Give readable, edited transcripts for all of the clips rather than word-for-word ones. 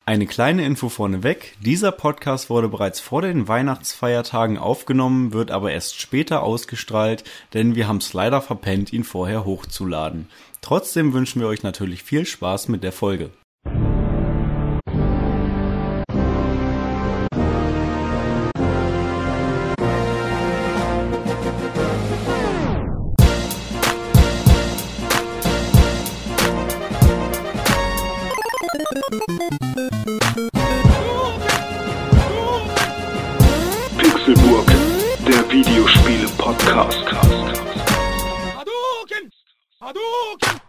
Eine kleine Info vorneweg. Dieser Podcast wurde bereits vor den Weihnachtsfeiertagen aufgenommen, wird aber erst später ausgestrahlt, denn wir haben es leider verpennt, ihn vorher hochzuladen. Trotzdem wünschen wir euch natürlich viel Spaß mit der Folge. Pixelburg, der Videospiele-Podcast. Hadouken! Hadouken!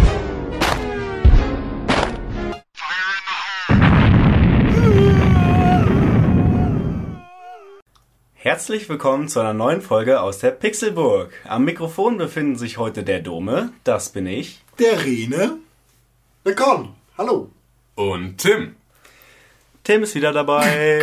Herzlich willkommen zu einer neuen Folge aus der Pixelburg. Am Mikrofon befinden sich heute der Dome, das bin ich. Der Rene. Der Con, hallo. Und Tim. Tim ist wieder dabei.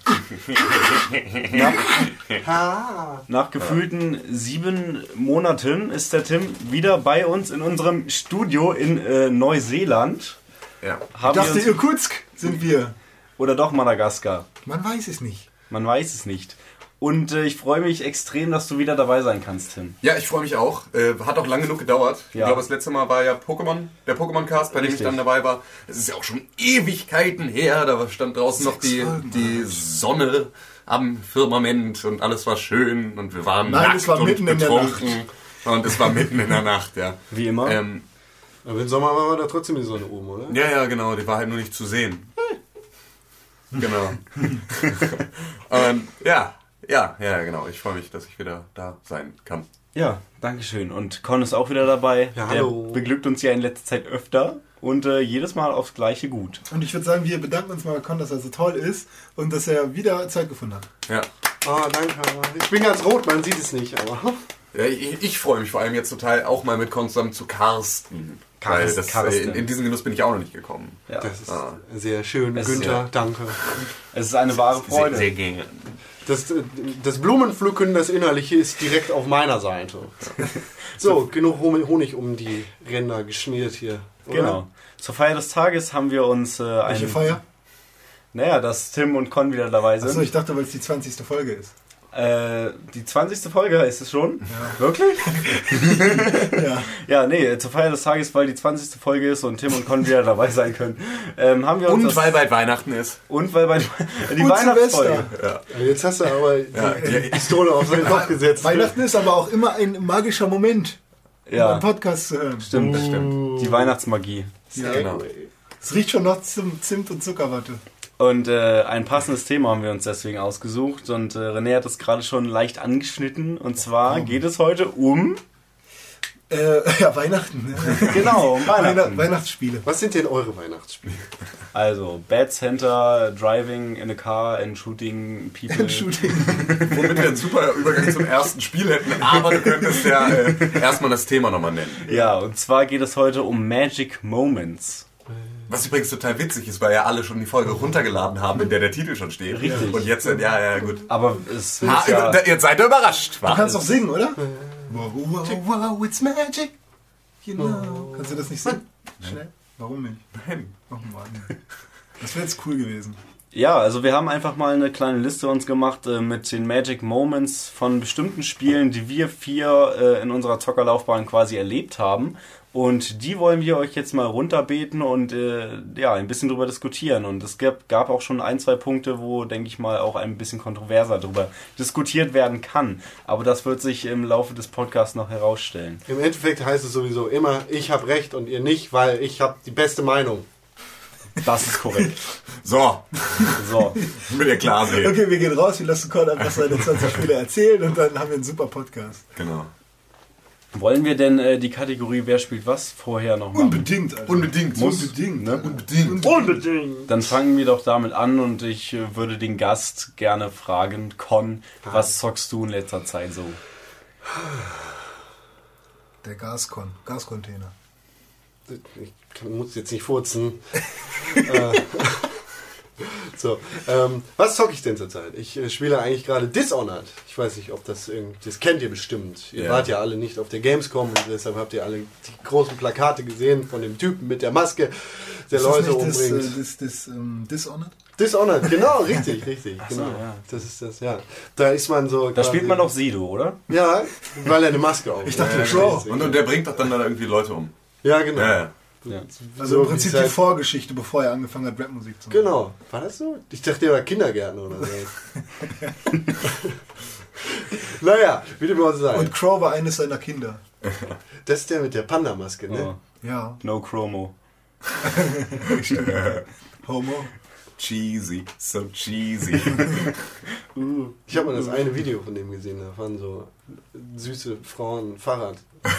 Nach gefühlten 7 Monaten ist der Tim wieder bei uns in unserem Studio in Neuseeland. Ja. Ich dachte, Irkutsk sind wir. Oder doch Madagaskar. Man weiß es nicht. Man weiß es nicht. Und ich freue mich extrem, dass du wieder dabei sein kannst, Tim. Ja, ich freue mich auch. Hat auch lange genug gedauert. Ja. Ich glaube, das letzte Mal war ja Pokémon, der Pokémon-Cast, bei dem ich dann dabei war. Es ist ja auch schon Ewigkeiten her. Da stand draußen noch die Sonne am Firmament und alles war schön und wir waren nackt es war und mitten betrunken. in der Nacht. Und es war mitten in der Nacht, ja. Wie immer. Aber im Sommer war da trotzdem die Sonne oben, oder? Ja, genau. Die war halt nur nicht zu sehen. Genau. Ja, genau. Ich freue mich, dass ich wieder da sein kann. Ja, dankeschön. Und Con ist auch wieder dabei. Ja, hallo. Der beglückt uns ja in letzter Zeit öfter und jedes Mal aufs gleiche Gut. Und ich würde sagen, wir bedanken uns mal bei Con, dass er so toll ist und dass er wieder Zeit gefunden hat. Ja. Ah, danke. Ich bin ganz rot, man sieht es nicht, aber... Ja, ich freue mich vor allem jetzt total auch mal mit Con zusammen zu Karsten. Weil in diesen Genuss bin ich auch noch nicht gekommen. Ja. Das ist sehr schön, Es- Günther, ja. danke. Es ist eine wahre Freude. Sehr gerne. Das Blumenpflücken, das Innerliche, ist direkt auf meiner Seite. So, genug Honig um die Ränder geschmiert hier. Oder? Genau. Zur Feier des Tages haben wir uns Welche Feier? Naja, dass Tim und Con wieder dabei sind. Achso, ich dachte, weil es die 20. Folge ist. Die 20. Folge ist es schon? Ja. Wirklich? Ja. Ja, nee, zur Feier des Tages, weil die 20. Folge ist und Tim und Con wieder dabei sein können, haben wir uns Und weil bald Weihnachten ist. und weil bei die Und Weihnachtsfolge. Silvester. Jetzt hast du aber die Pistole auf seinen Kopf gesetzt. Weihnachten ist aber auch immer ein magischer Moment, Ja, einen Podcast zu hören. stimmt. Das stimmt. Die Weihnachtsmagie. Ja. Genau. Es riecht schon nach Zimt und Zuckerwatte. Und ein passendes Thema haben wir uns deswegen ausgesucht und René hat es gerade schon leicht angeschnitten und zwar geht es heute um Ja, Weihnachten. genau, um Weihnachten. Weihnachtsspiele. Was sind denn eure Weihnachtsspiele? Also Bad Center, Driving in a Car and Shooting People. Shooting. Womit wir einen super Übergang zum ersten Spiel hätten. Aber du könntest ja erstmal das Thema nochmal nennen. Ja, und zwar geht es heute um Magic Moments. Was übrigens total witzig ist, weil ja alle schon die Folge runtergeladen haben, in der der Titel schon steht. Richtig. Und jetzt, ja, gut. Aber es ist ja... Jetzt seid ihr überrascht. Du kannst doch singen, oder? Wow, wow, wow, it's magic. You know. Kannst du das nicht singen? Schnell? Warum nicht? Nein. Oh Mann. Das wäre jetzt cool gewesen. Ja, also wir haben einfach mal eine kleine Liste uns gemacht mit den Magic Moments von bestimmten Spielen, die wir 4 in unserer Zockerlaufbahn quasi erlebt haben. Und die wollen wir euch jetzt mal runterbeten und ein bisschen drüber diskutieren. Und es gab auch schon 1, 2 Punkte, wo, denke ich mal, auch ein bisschen kontroverser drüber diskutiert werden kann. Aber das wird sich im Laufe des Podcasts noch herausstellen. Im Endeffekt heißt es sowieso immer, ich habe recht und ihr nicht, weil ich habe die beste Meinung. Das ist korrekt. So, So. mit ihr klar sehen. Okay, wir gehen raus, wir lassen Con einfach seine 20 Spiele erzählen und dann haben wir einen super Podcast. Genau. Wollen wir denn die Kategorie Wer spielt was vorher noch machen? Unbedingt, Alter. Unbedingt. Unbedingt, ne? Unbedingt. Dann fangen wir doch damit an und ich würde den Gast gerne fragen, Con, was zockst du in letzter Zeit so? Der Gascontainer. Ich muss jetzt nicht furzen. So, was zocke ich denn zurzeit? Ich spiele eigentlich gerade Dishonored. Ich weiß nicht, ob das kennt ihr bestimmt. Ihr wart ja alle nicht auf der Gamescom und deshalb habt ihr alle die großen Plakate gesehen von dem Typen mit der Maske, der ist Leute das umbringt. Das Dishonored? Dishonored, genau, richtig. So, Genau. ja. Das ist das, ja. Da ist man so. Da spielt man doch Sido, oder? Ja, weil er eine Maske auf. Ich dachte, Crow. Und der bringt doch dann da irgendwie Leute um. Ja, genau. Ja. Ja. Also im Prinzip die Vorgeschichte, bevor er angefangen hat, Rapmusik zu machen. Genau. War das so? Ich dachte, er war Kindergärtner oder so. Naja, wie dem auch sei. Und Crow war eines seiner Kinder. Das ist der mit der Panda-Maske, ne? Oh. Ja. No Chromo. Homo. Cheesy, so cheesy. Ich habe mal das eine Video von dem gesehen, da waren so süße Frauen Fahrrad.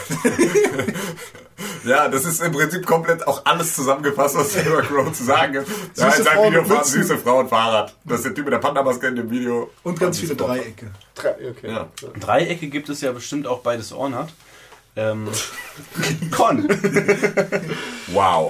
Ja, das ist im Prinzip komplett auch alles zusammengefasst, was Silver Crow zu sagen gibt. Ja, in Süße seinem Frauen Video mit fahren Mützen. süße Frauen Fahrrad. Das ist der Typ mit der Panda-Maske in dem Video. Und ganz viele Dreiecke. Okay. Ja. Dreiecke gibt es ja bestimmt auch bei Dishonored. Con. Wow.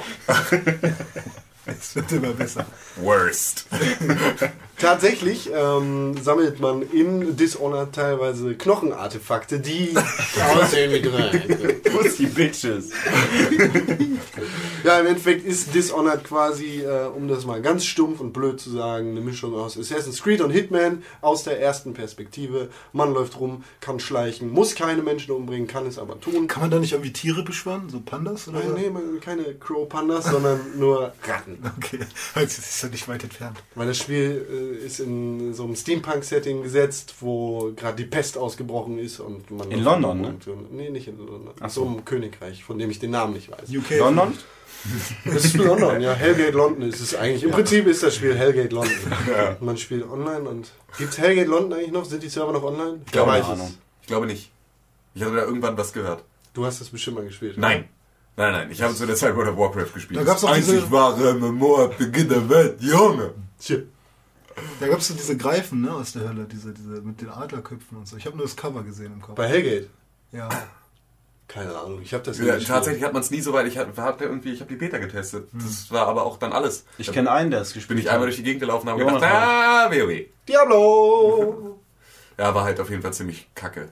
Es wird immer besser. Worst. Tatsächlich sammelt man in Dishonored teilweise Knochenartefakte, die aussehen wie Dreieck. Pussy Bitches. Ja, im Endeffekt ist Dishonored quasi, um das mal ganz stumpf und blöd zu sagen, eine Mischung aus Assassin's Creed und Hitman aus der ersten Perspektive. Man läuft rum, kann schleichen, muss keine Menschen umbringen, kann es aber tun. Kann man da nicht irgendwie Tiere beschwören? So Pandas? Oder? Nee, keine Crow-Pandas, sondern nur Ratten. Okay, das ist ja nicht weit entfernt. Weil das Spiel ist in so einem Steampunk-Setting gesetzt, wo gerade die Pest ausgebrochen ist. Und man In London, ne? Nee, nicht in London. Ach so. So im Königreich, von dem ich den Namen nicht weiß. UK. London? Das ist London, ja. Hellgate London ist es eigentlich. Im Prinzip ist das Spiel Hellgate London. Ja. Man spielt online und... Gibt's Hellgate London eigentlich noch? Sind die Server noch online? Ich glaube, Wer nicht. weiß es. Ich glaube nicht. Ich hatte da irgendwann was gehört. Du hast das bestimmt mal gespielt. Nein. Nein. Ich habe zu der Zeit World of Warcraft gespielt. Da gab's auch einzig diese- wahre MMO ab Beginn der Welt, Junge. Tja. Da gab es so diese Greifen, ne, aus der Hölle, diese mit den Adlerköpfen und so. Ich habe nur das Cover gesehen im Kopf. Bei Hellgate? Ja. Keine Ahnung, ich habe das nie Ja, gespielt. tatsächlich hat man es nie so weit. Ich habe die Beta getestet. Das war aber auch dann alles. Ich kenne einen, der es Bin gespielt ich einmal durch die Gegend gelaufen und habe Jonathan. gedacht, WoW. Diablo! Ja, war halt auf jeden Fall ziemlich kacke.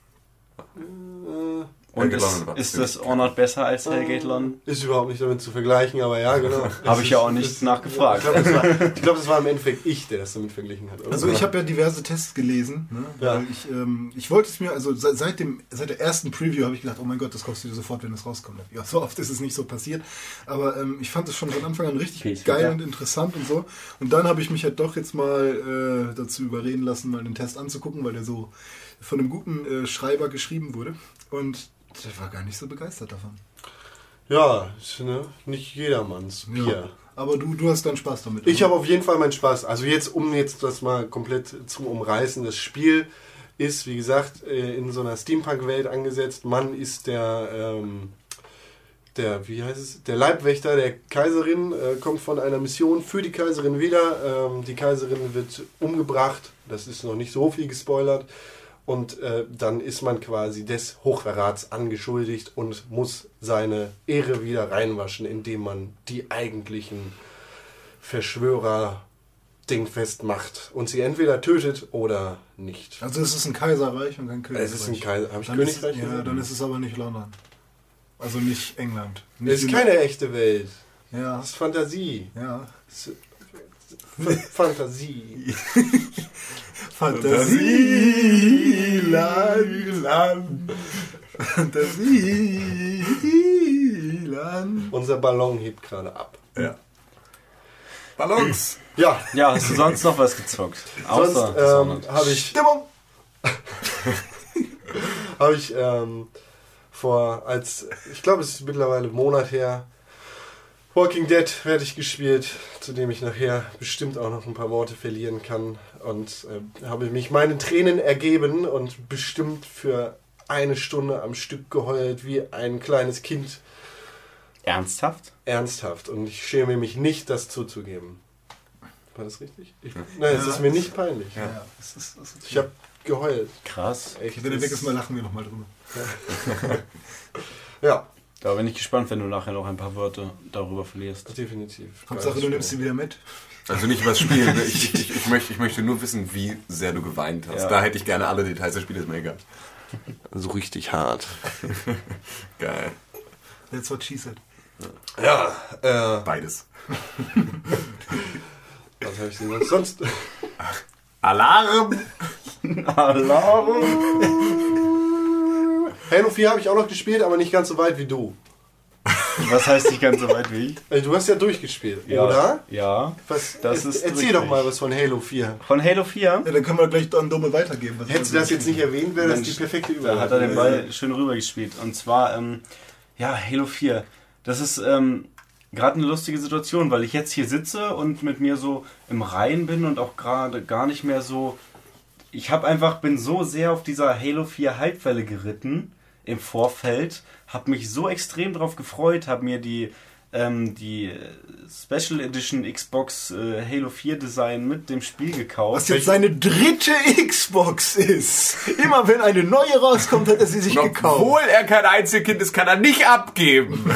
Und Hellgate London war ist ziemlich das Dishonored besser als Hellgate London? Ist überhaupt nicht damit zu vergleichen, aber ja, genau. Habe ich ja auch nicht nachgefragt. Ich glaube, das war im Endeffekt ich, der das damit verglichen hat. Oder? Also ich habe ja diverse Tests gelesen, ne, Ja. weil ich wollte es mir, also seit der ersten Preview habe ich gedacht, oh mein Gott, das kaufst du dir sofort, wenn es rauskommt. Ja, so oft ist es nicht so passiert, aber ich fand es schon von Anfang an richtig Okay, geil ja. und interessant und so. Und dann habe ich mich halt doch jetzt mal dazu überreden lassen, mal den Test anzugucken, weil der so von einem guten Schreiber geschrieben wurde. Und der war gar nicht so begeistert davon. Ja, ist, ne, nicht jedermanns Bier. Ja. Aber du hast dann Spaß damit. Ich oder? habe auf jeden Fall meinen Spaß. Also jetzt, um jetzt das mal komplett zu umreißen, das Spiel ist, wie gesagt, in so einer Steampunk-Welt angesetzt. Man ist der Leibwächter der Kaiserin, kommt von einer Mission für die Kaiserin wieder. Die Kaiserin wird umgebracht. Das ist noch nicht so viel gespoilert. Und dann ist man quasi des Hochverrats angeschuldigt und muss seine Ehre wieder reinwaschen, indem man die eigentlichen Verschwörer dingfest macht und sie entweder tötet oder nicht. Also es ist ein Kaiserreich und kein Königreich. Es ist ein Kaiser. Habe ich Dann Königreich ist, ja, gesagt? dann ist es aber nicht London. Also nicht England. Es Nicht ist keine echte Welt. Ja, Das ist Fantasie. ja. Fantasie. Fantasieland. Fantasieland. Unser Ballon hebt gerade ab. Ja. Ballons. Ja, Ja, hast du sonst noch was gezockt? Außer sonst Dishonored. habe ich Stimmung. ich glaube, es ist mittlerweile einen Monat her, Walking Dead fertig gespielt, zu dem ich nachher bestimmt auch noch ein paar Worte verlieren kann und habe mich meinen Tränen ergeben und bestimmt für 1 Stunde am Stück geheult wie ein kleines Kind. Ernsthaft? Ernsthaft. Und ich schäme mich nicht, das zuzugeben. War das richtig? Nein, es ist mir nicht peinlich. Ja, das ist Ich habe geheult. Krass. Echt, wenn er weg das- ist, mal lachen wir nochmal drüber. Ja, Da bin ich gespannt, wenn du nachher noch ein paar Wörter darüber verlierst. definitiv. Hauptsache, du nimmst sie wieder mit. Also nicht was spielen. Ich möchte nur wissen, wie sehr du geweint hast. Ja. Da hätte ich gerne alle Details des Spiels mehr gehabt. So richtig hart. Geil. That's what she said. Ja, Beides. was habe ich denn sonst? Alarm! Alarm! Halo 4 habe ich auch noch gespielt, aber nicht ganz so weit wie du. Was heißt nicht ganz so weit wie ich? Du hast ja durchgespielt, Ja. oder? Ja. Was, Das ist erzähl doch richtig. mal was von Halo 4. Von Halo 4. Ja, dann können wir gleich an Dumme weitergeben. Was Hättest du das jetzt nicht erwähnt, wäre das die Mensch, perfekte Da Überleitung. hat er den Ball schön rübergespielt. Und zwar, Halo 4. Das ist gerade eine lustige Situation, weil ich jetzt hier sitze und mit mir so im Reinen bin und auch gerade gar nicht mehr so... bin so sehr auf dieser Halo 4 Hypewelle geritten im Vorfeld, habe mich so extrem drauf gefreut, habe mir die Special Edition Xbox Halo 4 Design mit dem Spiel gekauft. Was jetzt seine dritte Xbox ist. Immer wenn eine neue rauskommt, hat er sie sich gekauft. Obwohl er kein Einzelkind ist, kann er nicht abgeben.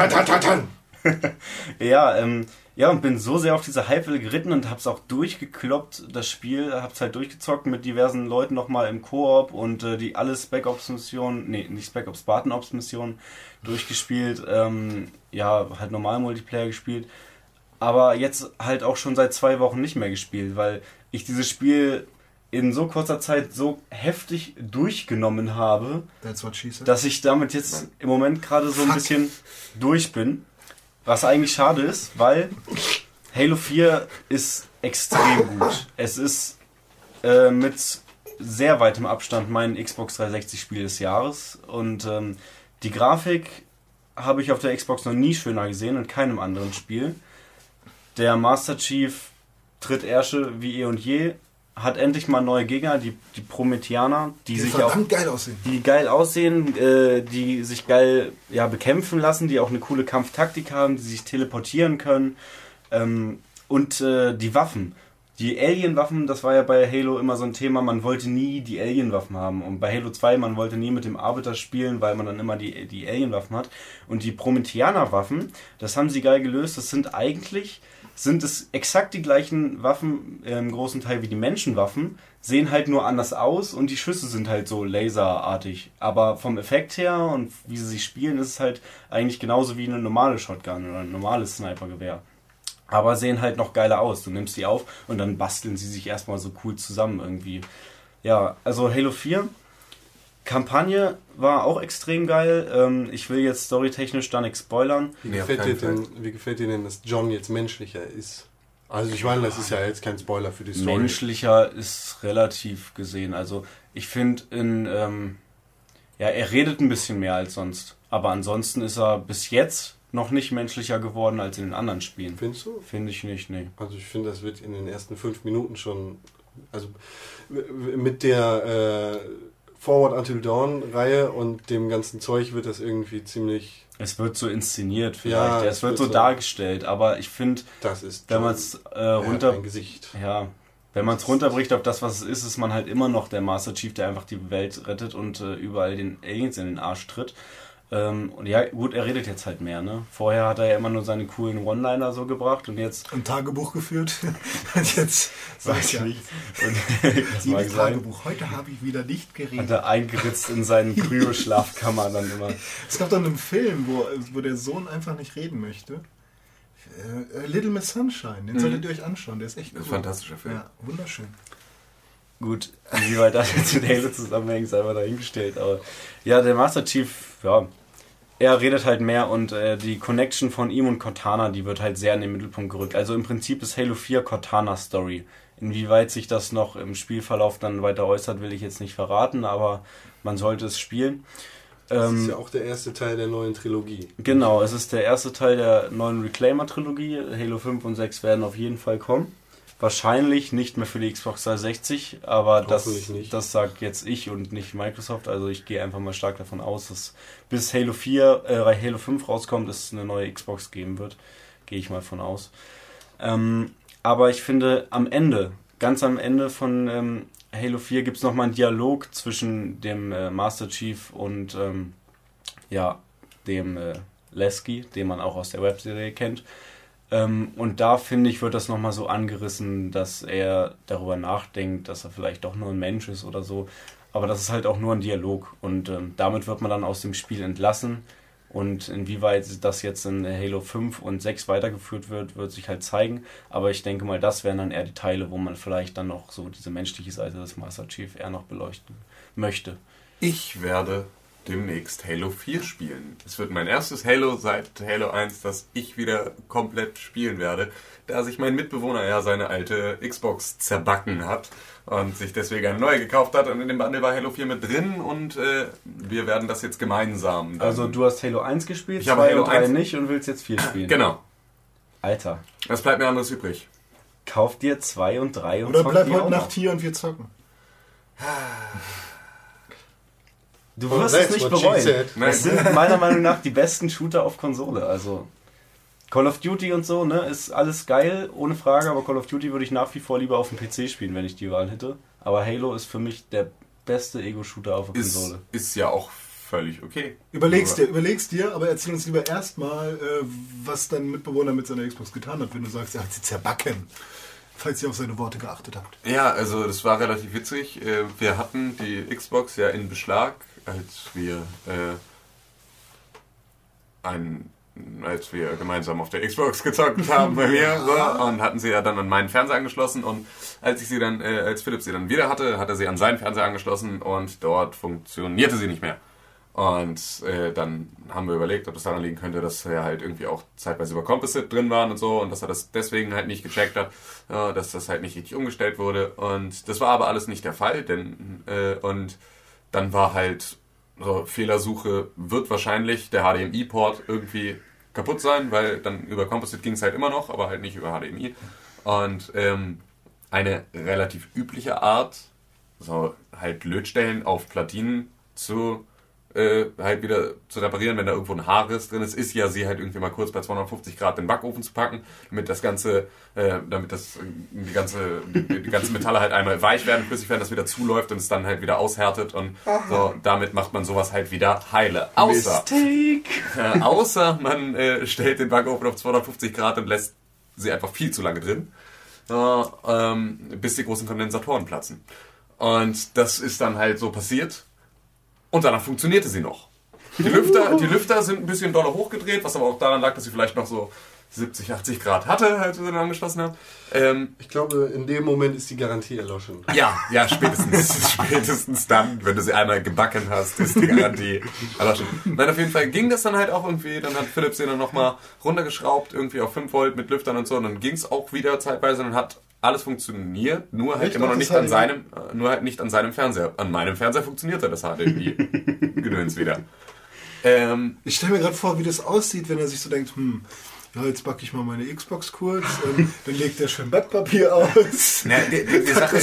Ja, und bin so sehr auf diese Hypewelle geritten und hab's auch durchgekloppt, das Spiel, hab's halt durchgezockt mit diversen Leuten nochmal im Koop und die alle Spec Ops Missionen, nicht Spec Ops, Spartan Ops Missionen durchgespielt, halt normal Multiplayer gespielt, aber jetzt halt auch schon seit 2 Wochen nicht mehr gespielt, weil ich dieses Spiel in so kurzer Zeit so heftig durchgenommen habe, That's what she said. dass ich damit jetzt im Moment gerade so ein bisschen durch bin. Was eigentlich schade ist, weil Halo 4 ist extrem gut. Es ist mit sehr weitem Abstand mein Xbox 360 Spiel des Jahres. Und die Grafik habe ich auf der Xbox noch nie schöner gesehen, in keinem anderen Spiel. Der Master Chief tritt Ärsche wie eh und je. Hat endlich mal neue Gegner, die Prometheaner, die sich auch geil aussehen. die geil aussehen, die sich geil bekämpfen lassen, die auch eine coole Kampftaktik haben, die sich teleportieren können. Und die Waffen. Die Alien-Waffen, das war ja bei Halo immer so ein Thema, man wollte nie die Alien-Waffen haben. Und bei Halo 2, man wollte nie mit dem Arbiter spielen, weil man dann immer die Alien-Waffen hat. Und die Prometheaner-Waffen, das haben sie geil gelöst. Das sind es exakt die gleichen Waffen im großen Teil wie die Menschenwaffen, sehen halt nur anders aus und die Schüsse sind halt so laserartig. Aber vom Effekt her und wie sie sich spielen, ist es halt eigentlich genauso wie eine normale Shotgun oder ein normales Snipergewehr. Aber sehen halt noch geiler aus. Du nimmst die auf und dann basteln sie sich erstmal so cool zusammen irgendwie. Ja, also Halo 4. Kampagne war auch extrem geil. Ich will jetzt storytechnisch da nichts spoilern. Wie gefällt dir denn, dass John jetzt menschlicher ist? Also ich meine, das ist ja jetzt kein Spoiler für die Story. Menschlicher ist relativ gesehen. Also ich finde, er redet ein bisschen mehr als sonst. Aber ansonsten ist er bis jetzt noch nicht menschlicher geworden als in den anderen Spielen. Findest du? Finde ich nicht, nee. Also ich finde, das wird in den ersten 5 Minuten schon... Also mit der Forward Until Dawn Reihe und dem ganzen Zeug wird das irgendwie ziemlich... Es wird so inszeniert vielleicht. Ja, es wird so dargestellt. Aber ich finde, Das ist wenn John. man es ein Gesicht. wenn man es runterbricht auf das, was es ist man halt immer noch der Master Chief, der einfach die Welt rettet und überall den Aliens in den Arsch tritt. Und ja, gut, er redet jetzt halt mehr, ne? Vorher hat er ja immer nur seine coolen One-Liner so gebracht und jetzt... Ein Tagebuch geführt. Und jetzt Weiß ich nicht. Und, das mag Liebes sein. Tagebuch, heute habe ich wieder nicht Hat geredet. er eingeritzt in seinen Kryo-Schlafkammer dann immer. Es gab dann einen Film, wo der Sohn einfach nicht reden möchte. Little Miss Sunshine, den solltet ihr euch anschauen, der ist echt cool. Das ist ein fantastischer Film. Ja, wunderschön. Gut, inwieweit das jetzt mit Halo zusammenhängt, sei mal dahingestellt. Aber ja, der Master Chief, ja, er redet halt mehr und die Connection von ihm und Cortana, die wird halt sehr in den Mittelpunkt gerückt. Also im Prinzip ist Halo 4 Cortana Story. Inwieweit sich das noch im Spielverlauf dann weiter äußert, will ich jetzt nicht verraten, aber man sollte es spielen. Das ist ja auch der erste Teil der neuen Trilogie. Genau, es ist der erste Teil der neuen Reclaimer-Trilogie. Halo 5 und 6 werden auf jeden Fall kommen. Wahrscheinlich nicht mehr für die Xbox 360, aber das sagt jetzt ich und nicht Microsoft. Also ich gehe einfach mal stark davon aus, dass bis Halo 5 rauskommt, es eine neue Xbox geben wird. Gehe ich mal von aus. Aber ich finde, ganz am Ende von Halo 4 gibt es nochmal einen Dialog zwischen dem Master Chief und dem Lasky, den man auch aus der Webserie kennt. Und da, finde ich, wird das nochmal so angerissen, dass er darüber nachdenkt, dass er vielleicht doch nur ein Mensch ist oder so. Aber das ist halt auch nur ein Dialog. Und damit wird man dann aus dem Spiel entlassen. Und inwieweit das jetzt in Halo 5 und 6 weitergeführt wird sich halt zeigen. Aber ich denke mal, das wären dann eher die Teile, wo man vielleicht dann noch so diese menschliche Seite des Master Chief eher noch beleuchten möchte. Ich werde demnächst Halo 4 spielen. Es wird mein erstes Halo seit Halo 1, das ich wieder komplett spielen werde, da sich mein Mitbewohner ja seine alte Xbox zerbacken hat und sich deswegen eine neue gekauft hat und in dem Bundle war Halo 4 mit drin und wir werden das jetzt gemeinsam. Also du hast Halo 1 gespielt, ich habe Halo 2 und 3 1 nicht und willst jetzt 4 spielen. Genau. Alter. Was bleibt mir anderes übrig? Kauf dir 2 und 3 und Oder zock bleib die heute auch Nacht noch. hier und wir zocken. Du wirst Oh, es nicht that's what bereuen. she said. Das sind meiner Meinung nach die besten Shooter auf Konsole. Also Call of Duty und so, ne, ist alles geil, ohne Frage, aber Call of Duty würde ich nach wie vor lieber auf dem PC spielen, wenn ich die Wahl hätte. Aber Halo ist für mich der beste Ego-Shooter auf der Konsole. Ist ja auch völlig okay. Überlegst dir, aber erzähl uns lieber erstmal, was dein Mitbewohner mit seiner Xbox getan hat, wenn du sagst, er hat sie zerbacken. Falls ihr auf seine Worte geachtet habt. Ja, also das war relativ witzig. Wir hatten die Xbox ja in Beschlag, als wir gemeinsam auf der Xbox gezockt haben bei mir so, und hatten sie ja dann an meinen Fernseher angeschlossen und als Philipp sie dann wieder hatte, hat er sie an seinen Fernseher angeschlossen und dort funktionierte sie nicht mehr. Und dann haben wir überlegt, ob es daran liegen könnte, dass er halt irgendwie auch zeitweise über Composite drin waren und so und dass er das deswegen halt nicht gecheckt hat, dass das halt nicht richtig umgestellt wurde. Und das war aber alles nicht der Fall, und dann war halt so, Fehlersuche wird wahrscheinlich der HDMI-Port irgendwie kaputt sein, weil dann über Composite ging es halt immer noch, aber halt nicht über HDMI. Und eine relativ übliche Art, so halt Lötstellen auf Platinen halt wieder zu reparieren, wenn da irgendwo ein Haarriss drin ist ja, sie halt irgendwie mal kurz bei 250 Grad in den Backofen zu packen, damit die ganzen Metalle halt einmal weich werden, flüssig werden, das wieder zuläuft und es dann halt wieder aushärtet und so, damit macht man sowas halt wieder heile. Außer man stellt den Backofen auf 250 Grad und lässt sie einfach viel zu lange drin, bis die großen Kondensatoren platzen. Und das ist dann halt so passiert. Und danach funktionierte sie noch. Die Lüfter sind ein bisschen doller hochgedreht, was aber auch daran lag, dass sie vielleicht noch so 70, 80 Grad hatte, als wir sie dann angeschlossen haben. Ich glaube, in dem Moment ist die Garantie erloschen. Ja, spätestens dann, wenn du sie einmal gebacken hast, ist die Garantie erloschen. Nein, auf jeden Fall ging das dann halt auch irgendwie, dann hat Philipp sie dann nochmal runtergeschraubt, irgendwie auf 5 Volt mit Lüftern und so, und dann ging es auch wieder zeitweise und hat alles funktioniert, nur halt immer noch nicht an seinem Fernseher. An meinem Fernseher funktionierte das HDMI-Gedöns wieder. Ich stelle mir gerade vor, wie das aussieht, wenn er sich so denkt, ja, jetzt backe ich mal meine Xbox kurz, dann legt er schön Backpapier aus. Die Sache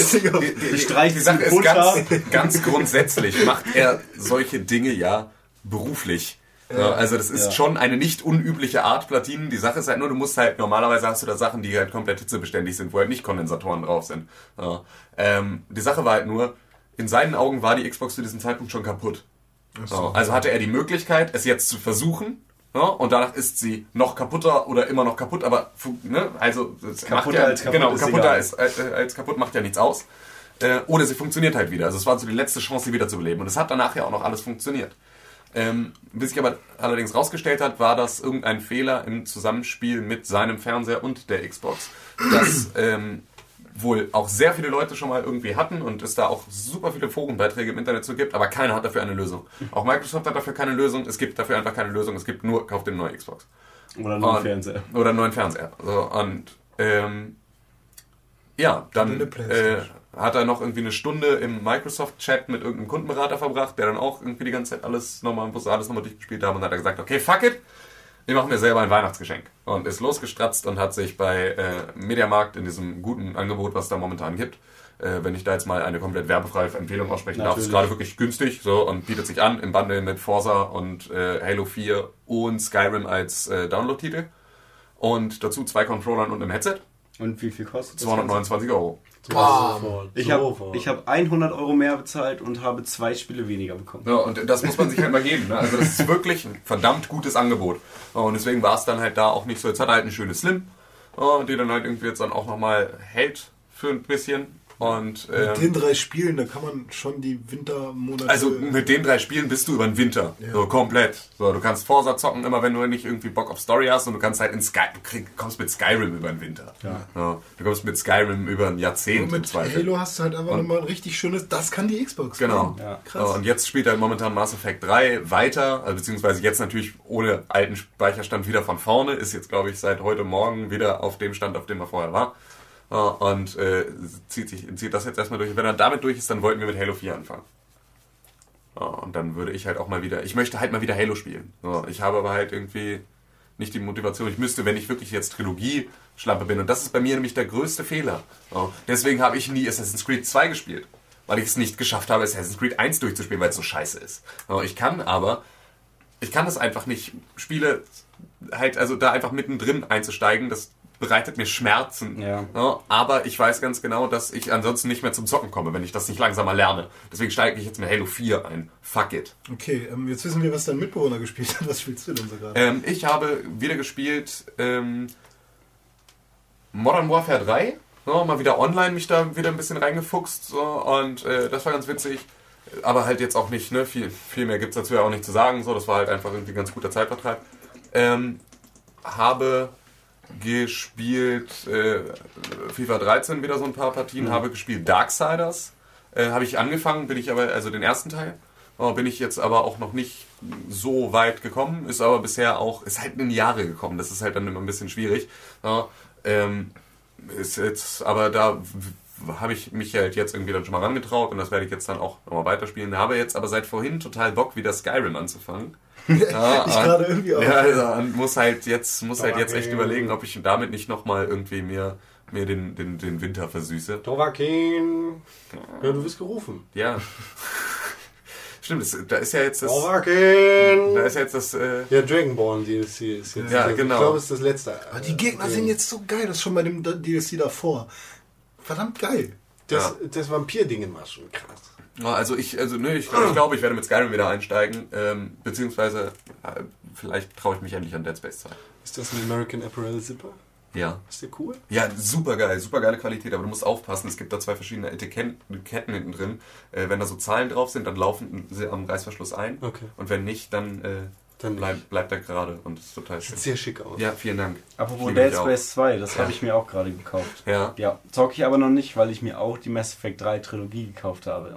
ist ganz grundsätzlich, macht er solche Dinge ja beruflich. Ja, also das ist schon eine nicht unübliche Art Platinen. Die Sache ist halt nur, normalerweise hast du da Sachen, die halt komplett hitzebeständig sind, wo halt nicht Kondensatoren drauf sind. Ja. Die Sache war halt nur, in seinen Augen war die Xbox zu diesem Zeitpunkt schon kaputt. So. Also hatte er die Möglichkeit, es jetzt zu versuchen, ja, und danach ist sie noch kaputter oder immer noch kaputt, aber also kaputter als kaputt macht ja nichts aus. Oder sie funktioniert halt wieder. Also es war so die letzte Chance, sie wieder zu beleben. Und es hat danach ja auch noch alles funktioniert. Bis sich aber allerdings rausgestellt hat, war das irgendein Fehler im Zusammenspiel mit seinem Fernseher und der Xbox, das wohl auch sehr viele Leute schon mal irgendwie hatten und es da auch super viele Forenbeiträge im Internet zu gibt, aber keiner hat dafür eine Lösung. Auch Microsoft hat dafür keine Lösung, es gibt dafür einfach keine Lösung, es gibt nur, kauft den neuen Xbox. Oder einen neuen Fernseher. Oder einen neuen Fernseher. So, und dann hat er noch irgendwie eine Stunde im Microsoft-Chat mit irgendeinem Kundenberater verbracht, der dann auch irgendwie die ganze Zeit alles nochmal durchgespielt haben und hat er gesagt, okay, fuck it, wir machen mir selber ein Weihnachtsgeschenk. Und ist losgestratzt und hat sich bei Mediamarkt in diesem guten Angebot, was es da momentan gibt, wenn ich da jetzt mal eine komplett werbefreie Empfehlung aussprechen darf, ist gerade wirklich günstig so und bietet sich an im Bundle mit Forza und Halo 4 und Skyrim als Download-Titel. Und dazu 2 Controllern und einem Headset. Und wie viel kostet das? 229 €. Ich habe 100 € mehr bezahlt und habe 2 Spiele weniger bekommen. Ja, und das muss man sich halt mal geben. Ne? Also das ist wirklich ein verdammt gutes Angebot. Und deswegen war es dann halt da auch nicht so. Jetzt hat er halt eine schöne Slim, die dann halt irgendwie jetzt dann auch nochmal hält für ein bisschen. Und, mit den 3 Spielen, da kann man schon die Wintermonate... Also mit den 3 Spielen bist du über den Winter. Ja. So komplett. So, du kannst Forza zocken, immer wenn du nicht irgendwie Bock auf Story hast, und du kannst halt kommst mit Skyrim über den Winter. Ja. So, du kommst mit Skyrim über ein Jahrzehnt. Und mit Halo hast du halt einfach nochmal ein richtig schönes... Das kann die Xbox. Genau. Ja. Krass. Und jetzt spielt halt momentan Mass Effect 3 weiter, also beziehungsweise jetzt natürlich ohne alten Speicherstand wieder von vorne. Ist jetzt, glaube ich, seit heute Morgen wieder auf dem Stand, auf dem er vorher war. Und zieht das jetzt erstmal durch. Wenn er damit durch ist, dann wollten wir mit Halo 4 anfangen. Und dann würde ich halt auch mal wieder... Ich möchte halt mal wieder Halo spielen. Ich habe aber halt irgendwie nicht die Motivation. Ich müsste, wenn ich wirklich jetzt Trilogie-Schlampe bin. Und das ist bei mir nämlich der größte Fehler. Deswegen habe ich nie Assassin's Creed 2 gespielt. Weil ich es nicht geschafft habe, Assassin's Creed 1 durchzuspielen, weil es so scheiße ist. Ich kann das einfach nicht. Spiele halt, also da einfach mittendrin einzusteigen, das bereitet mir Schmerzen. Ja. Aber ich weiß ganz genau, dass ich ansonsten nicht mehr zum Zocken komme, wenn ich das nicht langsamer lerne. Deswegen steige ich jetzt mit Halo 4 ein. Fuck it. Okay, jetzt wissen wir, was dein Mitbewohner gespielt hat. Was spielst du denn so gerade? Ich habe wieder gespielt Modern Warfare 3. Mal wieder online mich da wieder ein bisschen reingefuchst. Und das war ganz witzig. Aber halt jetzt auch nicht, ne? Viel mehr gibt es dazu ja auch nicht zu sagen. Das war halt einfach irgendwie ein ganz guter Zeitvertreib. Habe gespielt FIFA 13 wieder so ein paar Partien, habe gespielt Darksiders, habe ich angefangen, bin ich aber, also den ersten Teil, bin ich jetzt aber auch noch nicht so weit gekommen, ist aber bisher auch, ist halt in Jahre gekommen, das ist halt dann immer ein bisschen schwierig, ist jetzt, aber da habe ich mich halt jetzt irgendwie dann schon mal rangetraut und das werde ich jetzt dann auch nochmal weiterspielen, habe jetzt aber seit vorhin total Bock, wieder Skyrim anzufangen. Ja, ich gerade irgendwie auch. Ja, also muss halt jetzt echt überlegen, ob ich damit nicht nochmal irgendwie mir den Winter versüße. Tovakin! Ja, du wirst gerufen. Ja. Stimmt, da ist ja jetzt das... Tovakin! Da ist ja jetzt das... Ja, Dragon Ball DLC ist jetzt... Ja, genau. Ich glaube, es ist das letzte. Aber die Gegner sind jetzt so geil, das ist schon bei dem DLC davor. Verdammt geil. Das Vampir-Ding war schon krass. Also ich glaube, ich werde mit Skyrim wieder einsteigen, beziehungsweise vielleicht traue ich mich endlich an Dead Space 2. Ist das ein American Apparel Zipper? Ja. Ist der cool? Ja, super geile Qualität, aber du musst aufpassen, es gibt da 2 verschiedene Etiketten hinten drin. Wenn da so Zahlen drauf sind, dann laufen sie am Reißverschluss ein. Okay. Und wenn nicht, dann bleibt er gerade und ist total schön. Sieht sehr schick aus. Ja, vielen Dank. Apropos Dead Space 2, das habe ich mir auch gerade gekauft. Ja. Ja, zocke ich aber noch nicht, weil ich mir auch die Mass Effect 3 Trilogie gekauft habe.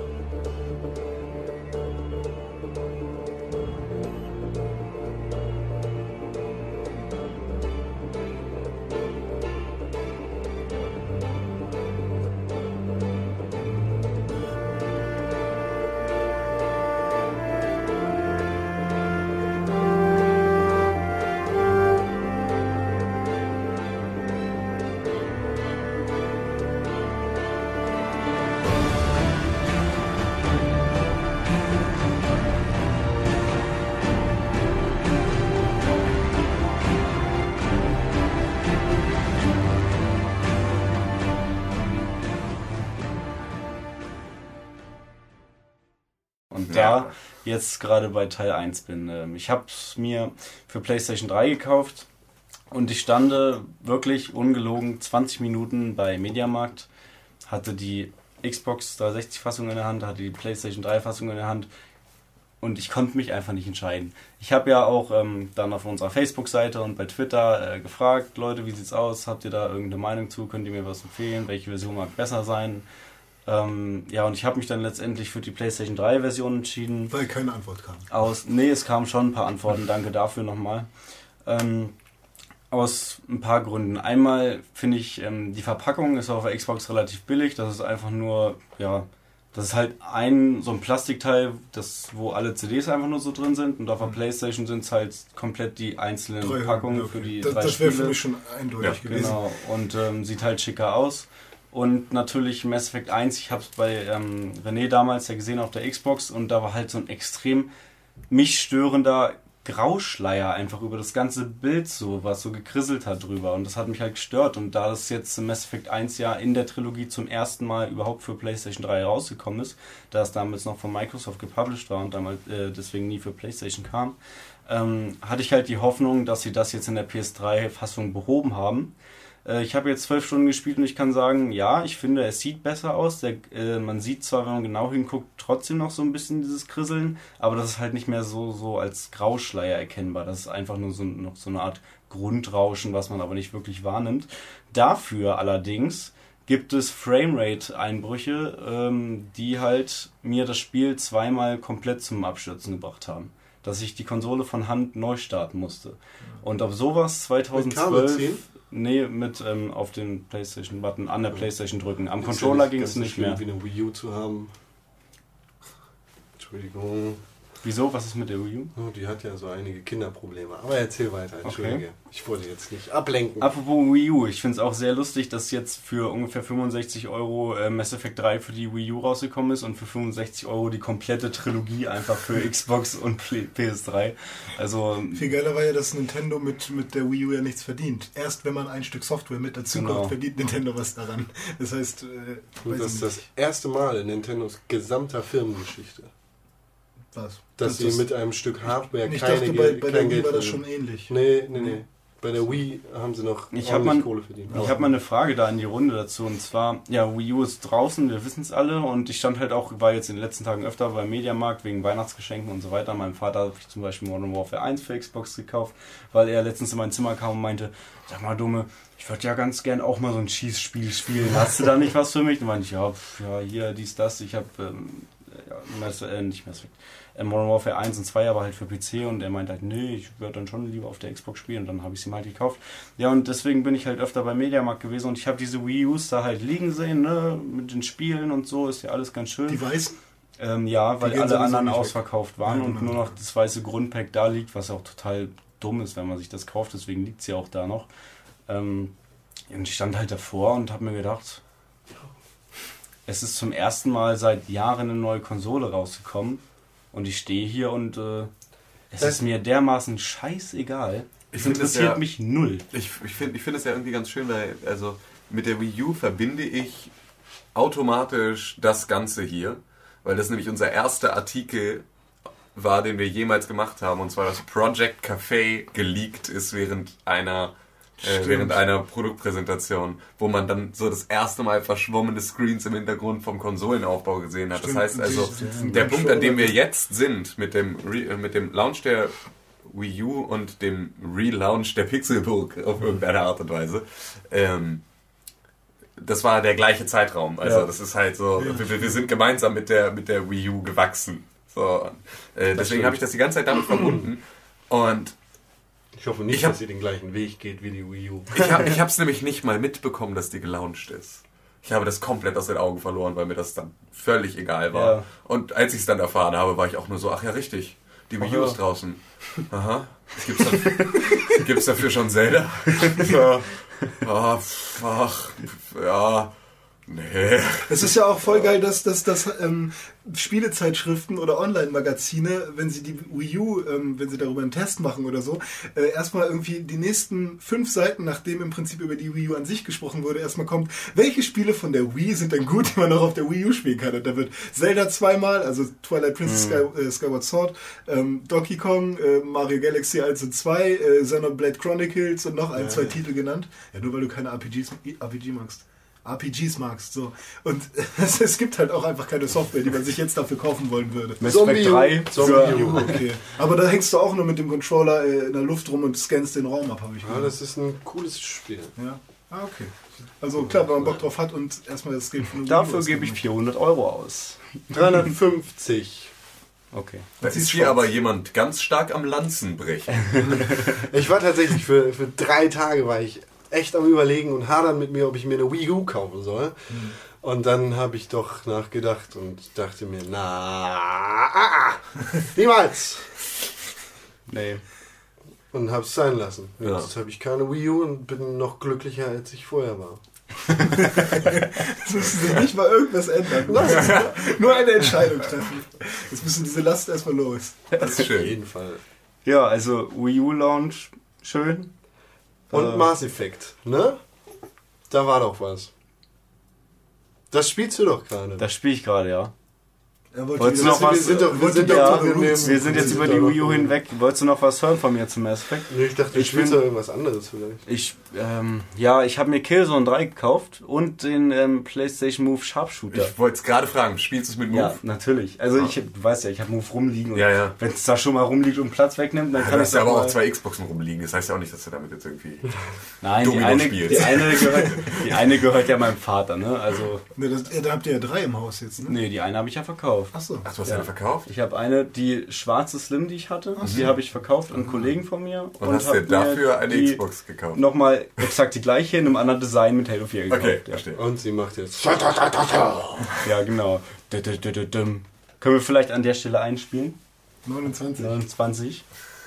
Und da jetzt gerade bei Teil 1 bin. Ich habe es mir für PlayStation 3 gekauft und ich stande wirklich ungelogen 20 Minuten bei Mediamarkt, hatte die Xbox 360 Fassung in der Hand, hatte die PlayStation 3 Fassung in der Hand und ich konnte mich einfach nicht entscheiden. Ich habe ja auch dann auf unserer Facebook-Seite und bei Twitter gefragt, Leute, wie sieht's aus? Habt ihr da irgendeine Meinung zu? Könnt ihr mir was empfehlen? Welche Version mag besser sein? Ja, und ich habe mich dann letztendlich für die PlayStation 3 Version entschieden. Weil keine Antwort kam. Nee, es kamen schon ein paar Antworten, danke dafür nochmal. Aus ein paar Gründen. Einmal finde ich, die Verpackung ist auf der Xbox relativ billig. Das ist einfach nur, ja, das ist halt so ein Plastikteil, wo alle CDs einfach nur so drin sind. Und auf der PlayStation sind es halt komplett die einzelnen Packungen für die 3 Spiele. Das wäre für mich schon eindeutig gewesen. Genau, und sieht halt schicker aus. Und natürlich Mass Effect 1, ich habe es bei René damals ja gesehen auf der Xbox und da war halt so ein extrem mich störender Grauschleier einfach über das ganze Bild so, was so gekrisselt hat drüber. Und das hat mich halt gestört. Und da das jetzt Mass Effect 1 ja in der Trilogie zum ersten Mal überhaupt für PlayStation 3 rausgekommen ist, da es damals noch von Microsoft gepublished war und damals deswegen nie für PlayStation kam, hatte ich halt die Hoffnung, dass sie das jetzt in der PS3-Fassung behoben haben. Ich habe jetzt 12 Stunden gespielt und ich kann sagen, ja, ich finde, es sieht besser aus. Man sieht zwar, wenn man genau hinguckt, trotzdem noch so ein bisschen dieses Krisseln, aber das ist halt nicht mehr so als Grauschleier erkennbar. Das ist einfach nur noch so eine Art Grundrauschen, was man aber nicht wirklich wahrnimmt. Dafür allerdings gibt es Framerate-Einbrüche, die halt mir das Spiel zweimal komplett zum Abstürzen gebracht haben. Dass ich die Konsole von Hand neu starten musste. Und auf sowas 2012... Nee, mit auf den PlayStation-Button an der PlayStation drücken. Am Controller ging es nicht mehr. Wie eine Wii U zu haben. Entschuldigung. Wieso? Was ist mit der Wii U? Oh, die hat ja so einige Kinderprobleme. Aber erzähl weiter, entschuldige. Okay. Ich wollte jetzt nicht ablenken. Apropos Wii U, ich finde es auch sehr lustig, dass jetzt für ungefähr 65 Euro Mass Effect 3 für die Wii U rausgekommen ist und für 65 Euro die komplette Trilogie einfach für Xbox und PS3. Also viel geiler war ja, dass Nintendo mit der Wii U ja nichts verdient. Erst wenn man ein Stück Software mit dazu kommt, verdient Nintendo was daran. Das heißt, das ist das erste Mal in Nintendos gesamter Firmengeschichte. Was? Dass sie mit einem Stück Hardware bei der Wii war das schon ähnlich. Nee. Bei der Wii haben sie noch Kohle verdient. Ich habe mal eine Frage da in die Runde dazu. Und zwar, ja, Wii U ist draußen, wir wissen es alle. Und ich stand halt auch, war jetzt in den letzten Tagen öfter beim Mediamarkt wegen Weihnachtsgeschenken und so weiter. Meinem Vater habe ich zum Beispiel Modern Warfare 1 für Xbox gekauft, weil er letztens in mein Zimmer kam und meinte, sag mal Dumme, ich würde ja ganz gern auch mal so ein Schießspiel spielen. Hast du da nicht was für mich? Und meinte ich, ja, hier, dies, das. Ich habe nicht mehr Modern Warfare 1 und 2 aber halt für PC und er meinte halt, nee, ich würde dann schon lieber auf der Xbox spielen und dann habe ich sie mal halt gekauft. Ja, und deswegen bin ich halt öfter beim Mediamarkt gewesen und ich habe diese Wii U's da halt liegen sehen, ne, mit den Spielen und so, ist ja alles ganz schön. Die weißen? Ja, weil alle anderen ausverkauft waren und nur noch das weiße Grundpack da liegt, was auch total dumm ist, wenn man sich das kauft, deswegen liegt sie auch da noch. Und ich stand halt davor und habe mir gedacht, es ist zum ersten Mal seit Jahren eine neue Konsole rausgekommen und ich stehe hier und es ist mir dermaßen scheißegal. Es interessiert mich null. Ich finde es ja irgendwie ganz schön, weil also mit der Wii U verbinde ich automatisch das Ganze hier, weil das nämlich unser erster Artikel war, den wir jemals gemacht haben, und zwar das Project Café geleakt ist während einer Produktpräsentation, wo man dann so das erste Mal verschwommene Screens im Hintergrund vom Konsolenaufbau gesehen hat. Stimmt. Das heißt also, der Punkt, an dem wir jetzt sind, mit dem Launch der Wii U und dem Relaunch der Pixelburg auf irgendeine Art und Weise, das war der gleiche Zeitraum. Also das ist halt so, wir sind gemeinsam mit der Wii U gewachsen. So, deswegen habe ich das die ganze Zeit damit verbunden. Und ich hoffe nicht, dass sie den gleichen Weg geht wie die Wii U. Ich habe es nämlich nicht mal mitbekommen, dass die gelauncht ist. Ich habe das komplett aus den Augen verloren, weil mir das dann völlig egal war. Ja. Und als ich es dann erfahren habe, war ich auch nur so, ach ja, richtig, die Wii U ist draußen. Aha, gibt's dafür schon Zelda? Ja. Nee. Es ist ja auch voll geil, dass Spielezeitschriften oder Online-Magazine, wenn sie die Wii U, wenn sie darüber einen Test machen oder so, erstmal irgendwie die nächsten 5 Seiten, nachdem im Prinzip über die Wii U an sich gesprochen wurde, erstmal kommt, welche Spiele von der Wii sind denn gut, die man noch auf der Wii U spielen kann. Und da wird Zelda zweimal, also Twilight Princess Skyward Sword, Donkey Kong, Mario Galaxy 1 und 2, Xenoblade Chronicles und noch 2 Titel genannt. Ja, nur weil du keine RPGs magst, so. Und es gibt halt auch einfach keine Software, die man sich jetzt dafür kaufen wollen würde. Mass Effect 3. Okay. Aber da hängst du auch nur mit dem Controller in der Luft rum und scannst den Raum ab, habe ich gehört. Das ist ein cooles Spiel. Ja. Okay. Also klar, wenn man Bock drauf hat und erstmal das Geld von dafür gebe ich 400 Euro aus. 350. Okay. Da ist hier aber jemand ganz stark am Lanzen brechen. Ich war tatsächlich für 3 Tage war ich echt am Überlegen und hadern mit mir, ob ich mir eine Wii U kaufen soll. Und dann habe ich doch nachgedacht und dachte mir, niemals! Nee. Und habe es sein lassen. Jetzt habe ich keine Wii U und bin noch glücklicher, als ich vorher war. Jetzt müssen sie nicht mal irgendwas ändern. Nur eine Entscheidung treffen. Jetzt müssen diese Last erstmal los. Das ist schön. Auf jeden Fall. Ja, also Wii U Launch, schön. Und Mass Effect, ne? Da war doch was. Das spielst du doch gerade. Das spiele ich gerade, ja. Wolltest du noch was? Wir sind jetzt über die Wii U hinweg. Wolltest du noch was hören von mir zum Mass Effect? Nee, ich dachte, du spielst doch irgendwas anderes vielleicht. Ich habe mir Killzone 3 gekauft und den PlayStation Move Sharpshooter. Ich wollte es gerade fragen, spielst du es mit Move? Ja, natürlich. Also du weißt ja, ich habe Move rumliegen und Ja. wenn es da schon mal rumliegt und Platz wegnimmt, dann kann Du ich hast ja aber auch 2 Xboxen rumliegen. Das heißt ja auch nicht, dass du damit jetzt irgendwie Nein, Domino spielst. die eine gehört ja meinem Vater, ne? Also Da habt ihr ja 3 im Haus jetzt, ne? nee, die eine habe ich ja verkauft. Achso. Ach, du hast eine verkauft? Ich habe eine, die schwarze Slim, die ich hatte, die habe ich verkauft an einen Kollegen von mir. Und hast dir dafür eine Xbox gekauft? Nochmal exakt die gleiche in einem anderen Design mit Halo 4 gekauft. Okay, ja. verstehe. Und sie macht jetzt... Ja, genau. Können wir vielleicht an der Stelle einspielen? 29.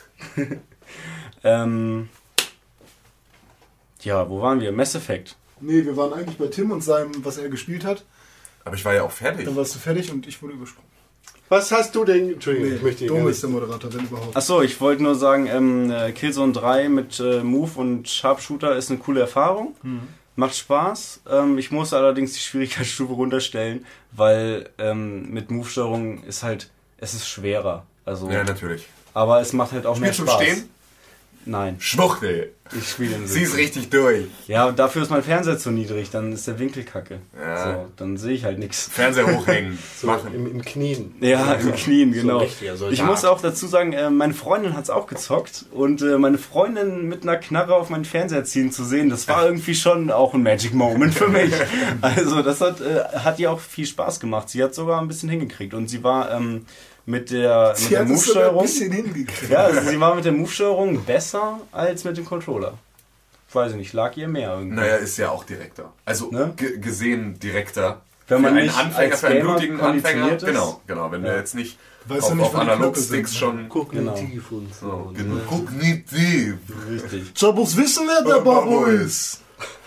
Ja, wo waren wir? Mass Effect. Nee, wir waren eigentlich bei Tim und seinem, was er gespielt hat. Aber ich war ja auch fertig. Dann warst du fertig und ich wurde übersprungen. Was hast du denn... Entschuldigung, Nee, ich möchte Dom ist der Moderator, wenn überhaupt. Achso, ich wollte nur sagen, Killzone 3 mit Move und Sharpshooter ist eine coole Erfahrung. Macht Spaß. Ich muss allerdings die Schwierigkeitsstufe runterstellen, weil mit Move-Steuerung ist halt, es ist schwerer. Also, Ja, natürlich. aber es macht halt auch mehr Spielst du Spaß. im Stehen? Nein, Schwuchtel. ich spiele im Sie ist Sitzen. richtig durch. Ja, dafür ist mein Fernseher zu niedrig, dann ist der Winkel kacke. Ja. So, dann sehe ich halt nichts. Fernseher hochhängen. So, im Knien. Ja, im Knien, genau. richtiger Soldat. Ich muss auch dazu sagen, meine Freundin hat es auch gezockt und meine Freundin mit einer Knarre auf meinen Fernseher ziehen zu sehen, das war irgendwie schon auch ein Magic Moment für mich. Also das hat ihr auch viel Spaß gemacht. Sie hat sogar ein bisschen hingekriegt und sie war mit der Sie hat es sogar ein Move-Steuerung. bisschen hingekriegt. Ja, also sie war mit der Move-Steuerung besser als mit dem Controller. Weiß ich nicht, lag ihr mehr irgendwie. Naja, ist ja auch direkter. Also Ne? gesehen direkter. Wenn man für einen nicht Anfänger, als für einen Gamer blutigen Anfänger. konditioniert ist. Genau. Wenn du jetzt nicht Weißt auf, du nicht, auf wo die Analogsticks Knöpfe schon... Kognitiv und So, so. Ne? Kognitiv. Richtig. Ich muss wissen, wer der Babo ist.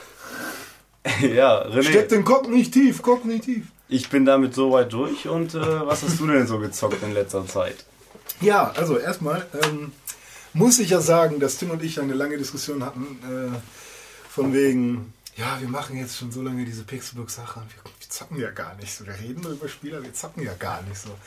Ja, René. Steckt den kognitiv. Ich bin damit soweit durch und was hast du denn so gezockt in letzter Zeit? Ja, also erstmal muss ich ja sagen, dass Tim und ich eine lange Diskussion hatten, von wegen, ja, wir machen jetzt schon so lange diese Pixelbook-Sache und wir zocken ja gar nicht so. Wir reden nur über Spieler, wir zocken ja gar nicht so.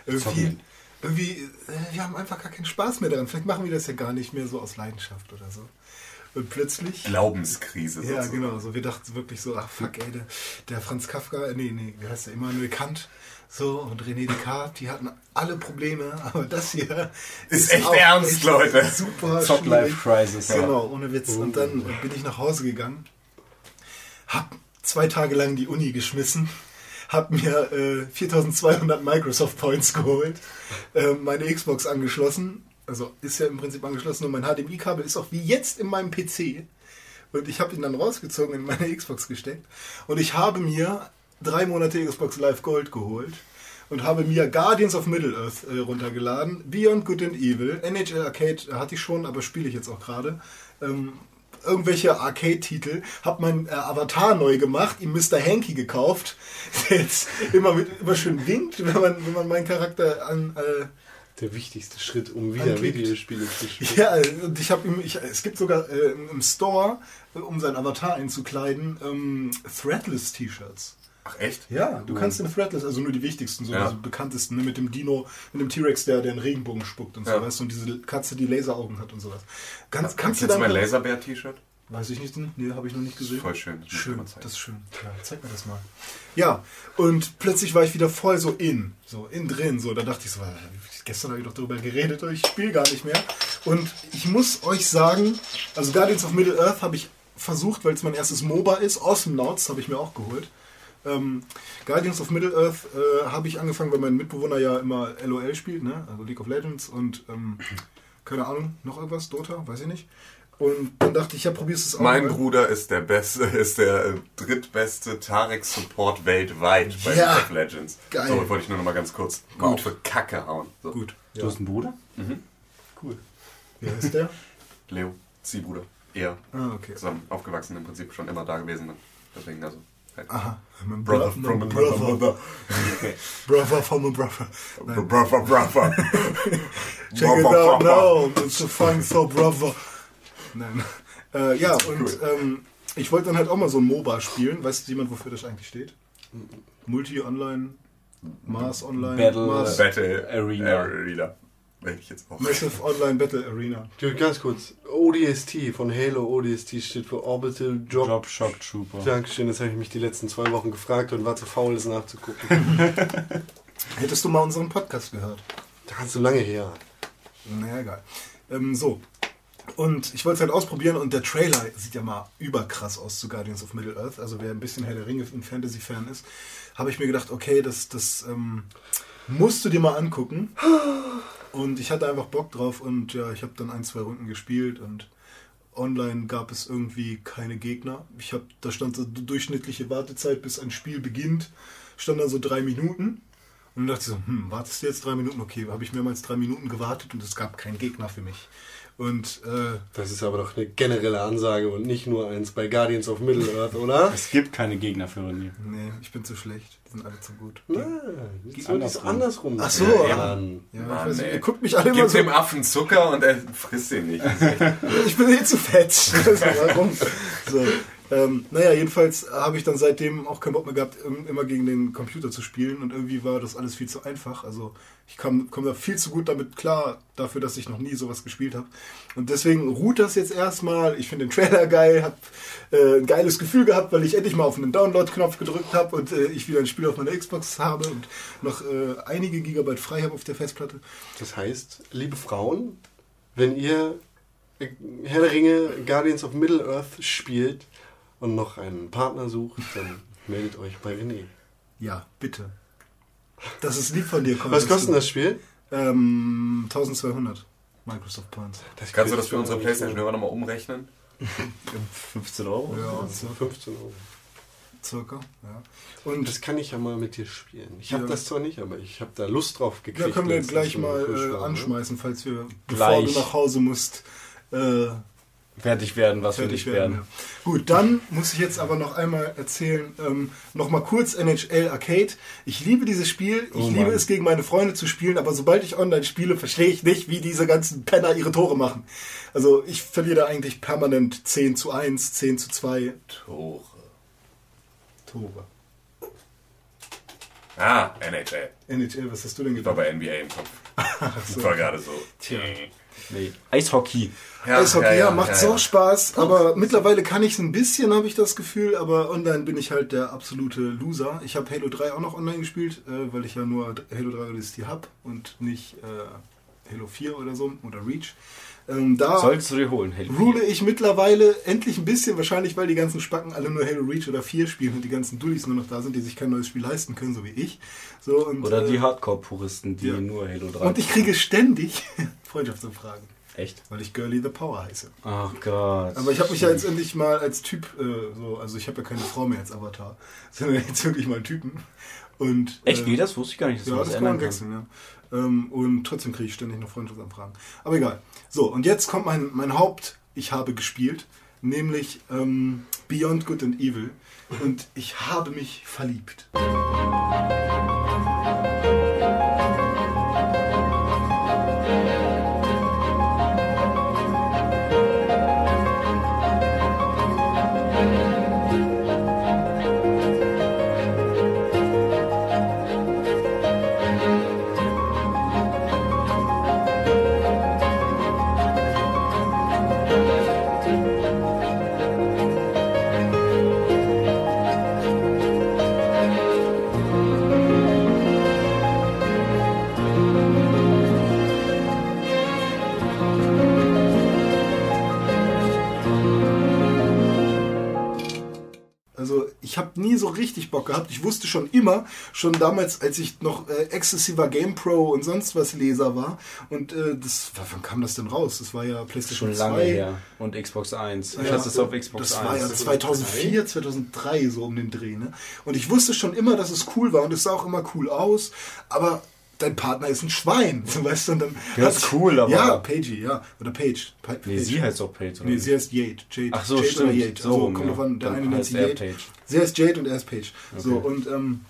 Irgendwie, wir haben einfach gar keinen Spaß mehr daran. Vielleicht machen wir das ja gar nicht mehr so aus Leidenschaft oder so. Und plötzlich... Glaubenskrise Ja, sozusagen. genau. So, wir dachten wirklich so, ach fuck, ey, der Franz Kafka, wie heißt der, Immanuel Kant, so, und René Descartes, die hatten alle Probleme, aber das hier Ist echt auch ernst, Leute. Super Zock schwierig. Life Crisis. Genau, ohne Witz. Und dann bin ich nach Hause gegangen, hab 2 Tage lang die Uni geschmissen, hab mir 4200 Microsoft Points geholt, meine Xbox angeschlossen. Also ist ja im Prinzip angeschlossen und mein HDMI-Kabel ist auch wie jetzt in meinem PC. Und ich habe ihn dann rausgezogen, in meine Xbox gesteckt. Und ich habe mir 3 Monate Xbox Live Gold geholt und habe mir Guardians of Middle-earth runtergeladen, Beyond Good and Evil, NHL Arcade hatte ich schon, aber spiele ich jetzt auch gerade. Irgendwelche Arcade-Titel, habe mein Avatar neu gemacht, ihm Mr. Hanky gekauft, der jetzt immer schön winkt, wenn man meinen Charakter an... Der wichtigste Schritt, um wieder Anklickt. Videospiele zu spielen. Ja, und es gibt sogar im Store, um seinen Avatar einzukleiden, Threadless-T-Shirts. Ach echt? Ja, du kannst in Threadless, also nur die wichtigsten, so Ja. diese bekanntesten, ne, mit dem Dino, mit dem T-Rex, der einen Regenbogen spuckt und so, Ja. weißt du, und diese Katze, die Laseraugen hat und sowas. Kannst du Kennst du dann... mein Laserbär-T-Shirt? Weiß ich nicht, nee, habe ich noch nicht gesehen. Voll schön. Das muss ich Schön, dir mal zeigen. das ist schön. Ja, zeig mir das mal. Ja, und plötzlich war ich wieder voll so innen drin, so. Da dachte ich so, gestern habe ich doch darüber geredet, ich spiele gar nicht mehr. Und ich muss euch sagen, also Guardians of Middle-earth habe ich versucht, weil es mein erstes MOBA ist. Awesomenauts habe ich mir auch geholt. Guardians of Middle-earth habe ich angefangen, weil mein Mitbewohner ja immer LOL spielt, ne? Also League of Legends und keine Ahnung, noch irgendwas, Dota, weiß ich nicht. Und dann dachte ich, ja, probierst es auch Mein mal. Bruder ist der drittbeste Tarek-Support weltweit bei Ja. League of Legends. Geil. So, wollte ich nur noch mal ganz kurz mal auf die Kacke hauen. So. Gut. Du hast einen Bruder? Cool. Wie heißt der? Leo, Ziehbruder. Er. Ah, okay. Zusammen aufgewachsen, im Prinzip schon immer da gewesen. Deswegen also. Aha. Brother from another mother. Brother from a brother. Nein. Brother. Check it out now. It's a fun so brother. Nein. Ja, und ich wollte dann halt auch mal so ein MOBA spielen. Weiß jemand, wofür das eigentlich steht? Multi-Online, Mars Online, Battle Arena. Ich jetzt auch. Massive Online Battle Arena. Ganz kurz. ODST von Halo. ODST steht für Orbital Drop Shock Trooper. Dankeschön, das habe ich mich die letzten 2 Wochen gefragt und war zu faul, das nachzugucken. Hättest du mal unseren Podcast gehört? Das ist so lange her. Naja, egal. So. Und ich wollte es halt ausprobieren und der Trailer sieht ja mal überkrass aus zu Guardians of Middle-earth. Also wer ein bisschen Herr der Ringe und Fantasy-Fan ist, habe ich mir gedacht, okay, das musst du dir mal angucken. Und ich hatte einfach Bock drauf und ja, ich habe dann 1-2 Runden gespielt und online gab es irgendwie keine Gegner. Da stand so durchschnittliche Wartezeit, bis ein Spiel beginnt, stand dann so 3 Minuten. Und dann dachte ich so, wartest du jetzt 3 Minuten? Okay, habe ich mehrmals 3 Minuten gewartet und es gab keinen Gegner für mich. Und das ist aber doch eine generelle Ansage und nicht nur eins bei Guardians of Middle-earth, oder? Es gibt keine Gegner für Ronny. Nee, ich bin zu schlecht. Die sind alle zu gut. Andersrum. Ach so, ja. Mann, ich weiß, ihr guckt mich alle immer Gib so. dem Affen Zucker und er frisst ihn nicht. Ich bin zu fett. Warum? So. Naja, jedenfalls habe ich dann seitdem auch keinen Bock mehr gehabt, immer gegen den Computer zu spielen und irgendwie war das alles viel zu einfach. Also ich komme da viel zu gut damit klar, dafür, dass ich noch nie sowas gespielt habe. Und deswegen ruht das jetzt erstmal. Ich finde den Trailer geil, habe ein geiles Gefühl gehabt, weil ich endlich mal auf einen Download-Knopf gedrückt habe und ich wieder ein Spiel auf meiner Xbox habe und noch einige Gigabyte frei habe auf der Festplatte. Das heißt, liebe Frauen, wenn ihr Herr der Ringe Guardians of Middle-earth spielt und noch einen Partner sucht, dann meldet euch bei René. Ja, bitte. Das ist lieb von dir. Was kostet das Spiel? 1200 Microsoft Points. Kannst du das für unsere Playstation-Hörer nochmal umrechnen? 15 Euro? Ja, 15 Euro. Circa, ja. Und das kann ich ja mal mit dir spielen. Ich habe das zwar nicht, aber ich habe da Lust drauf gekriegt. Ja, können wir gleich mal anschmeißen, falls wir, bevor du nach Hause musst, fertig werden, was wir nicht werden. Ja. Gut, dann muss ich jetzt aber noch einmal erzählen, noch mal kurz NHL Arcade. Ich liebe dieses Spiel, ich liebe es gegen meine Freunde zu spielen, aber sobald ich online spiele, verstehe ich nicht, wie diese ganzen Penner ihre Tore machen. Also ich verliere da eigentlich permanent 10:1, 10:2. Tore. NHL, was hast du denn Ich war gedacht? bei NBA im Kopf. Das war gerade so. Tja. Nee. Eishockey. Eishockey, macht so Spaß, aber mittlerweile kann ich es ein bisschen, habe ich das Gefühl, aber online bin ich halt der absolute Loser. Ich habe Halo 3 auch noch online gespielt, weil ich ja nur Halo 3 ODST habe und nicht Halo 4 oder so oder Reach. Da solltest du dir holen, Halo 4. rule ich mittlerweile endlich ein bisschen, wahrscheinlich weil die ganzen Spacken alle nur Halo Reach oder 4 spielen und die ganzen Dullis nur noch da sind, die sich kein neues Spiel leisten können, so wie ich. So, und, oder die Hardcore-Puristen, die nur Halo 3 und ich kriege ständig Freundschaftsanfragen. Echt? Weil ich Girly the Power heiße. Ach Gott. Aber ich habe mich ja jetzt endlich mal als Typ, also ich habe ja keine Frau mehr als Avatar, sondern jetzt wirklich mal einen Typen. Und, echt, geht das? Wusste ich gar nicht, dass ja, man das kann man wechseln, ja. Und trotzdem kriege ich ständig noch Freundschaftsanfragen. Aber egal. So, und jetzt kommt mein Haupt, ich habe gespielt, nämlich Beyond Good and Evil. Und ich habe mich verliebt. Ich habe nie so richtig Bock gehabt. Ich wusste schon damals, als ich noch exzessiver GamePro und sonst was Leser war. Und wann kam das denn raus? Das war ja PlayStation 2. Schon lange her. Und Xbox 1. Ich hatte es auf Xbox 1. Das war ja 2004, 2003 so um den Dreh. Ne? Und ich wusste schon immer, dass es cool war und es sah auch immer cool aus. Aber dein Partner ist ein Schwein. So, weißt du, und dann Das ist cool, aber... Ja, Paige, ja. Oder Paige. Nee, sie heißt auch Paige, oder? Nee, sie heißt Jade. Ach so, Jade stimmt. Oder Jade. So, also, kommt drauf an, der dann eine nennt heißt sie er Jade. Paige. Sie heißt Jade und er ist Paige. Okay. So, und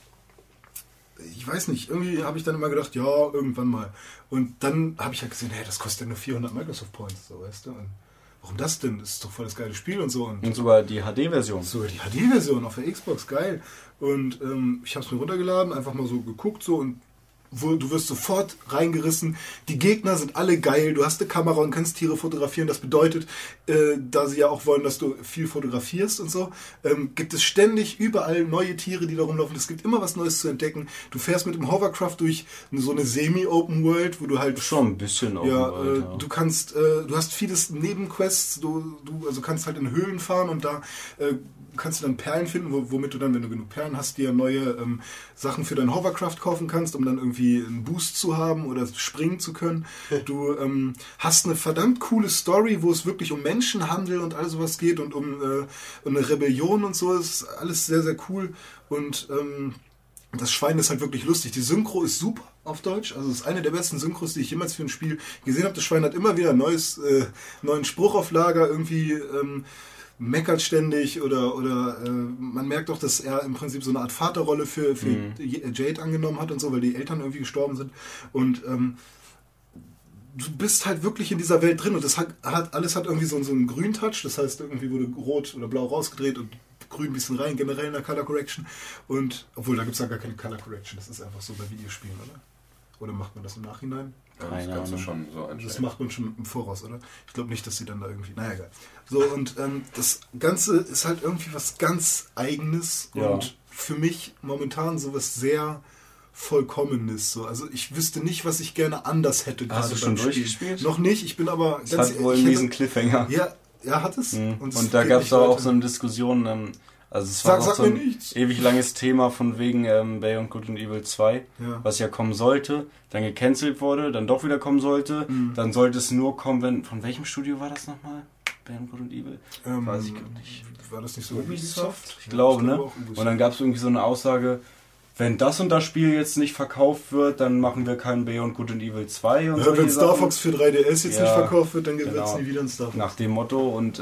ich weiß nicht, irgendwie habe ich dann immer gedacht, ja, irgendwann mal. Und dann habe ich halt gesehen, hey, das kostet ja nur 400 Microsoft Points, so, weißt du. Und warum das denn? Das ist doch voll das geile Spiel und so. Und sogar die HD-Version. Sogar die HD-Version auf der Xbox, geil. Und ich habe es mir runtergeladen, einfach mal so geguckt so und du wirst sofort reingerissen. Die Gegner sind alle geil. Du hast eine Kamera und kannst Tiere fotografieren. Das bedeutet, da sie ja auch wollen, dass du viel fotografierst und so, gibt es ständig überall neue Tiere, die da rumlaufen. Es gibt immer was Neues zu entdecken. Du fährst mit dem Hovercraft durch so eine Semi-Open World, wo du halt schon ein bisschen Open World, ja. Du hast vieles Nebenquests. Du also kannst halt in Höhlen fahren und da kannst du dann Perlen finden, womit du dann, wenn du genug Perlen hast, dir neue Sachen für dein Hovercraft kaufen kannst, um dann irgendwie einen Boost zu haben oder springen zu können. Du hast eine verdammt coole Story, wo es wirklich um Menschenhandel und all sowas geht und um eine Rebellion und so. Das ist alles sehr, sehr cool. Und das Schwein ist halt wirklich lustig. Die Synchro ist super auf Deutsch. Also es ist eine der besten Synchros, die ich jemals für ein Spiel gesehen habe. Das Schwein hat immer wieder neuen Spruch auf Lager, irgendwie meckert ständig oder man merkt auch, dass er im Prinzip so eine Art Vaterrolle für Jade angenommen hat und so, weil die Eltern irgendwie gestorben sind. Und du bist halt wirklich in dieser Welt drin und das alles hat irgendwie so einen Grün-Touch. Das heißt, irgendwie wurde rot oder blau rausgedreht und grün ein bisschen rein, generell in der Color Correction. Und obwohl, da gibt es ja gar keine Color Correction. Das ist einfach so bei Videospielen, oder? Oder macht man das im Nachhinein? Das kannst du schon so einstellen. Das macht man schon im Voraus, oder? Ich glaube nicht, dass sie dann da irgendwie... Naja, egal. So, und das Ganze ist halt irgendwie was ganz Eigenes und für mich momentan sowas sehr Vollkommenes. So. Also ich wüsste nicht, was ich gerne anders hätte. Hast du schon durchgespielt? Noch nicht, ich bin aber... Es hat wohl einen riesen Cliffhanger. Ja, hat es. Und da gab es auch so eine Diskussion... Also es war auch so ein ewig langes Thema von wegen Beyond Good and Evil 2, was ja kommen sollte, dann gecancelt wurde, dann doch wieder kommen sollte, dann sollte es nur kommen, wenn... Von welchem Studio war das nochmal? Beyond Good and Evil? Weiß ich gar nicht. War das nicht so Ubisoft? Ich glaube, ne? Und dann gab es irgendwie so eine Aussage, wenn das und das Spiel jetzt nicht verkauft wird, dann machen wir keinen Beyond Good and Evil 2 und wenn Star Fox für 3DS jetzt nicht verkauft wird, dann wird es nie wieder ein Star Fox. Nach dem Motto und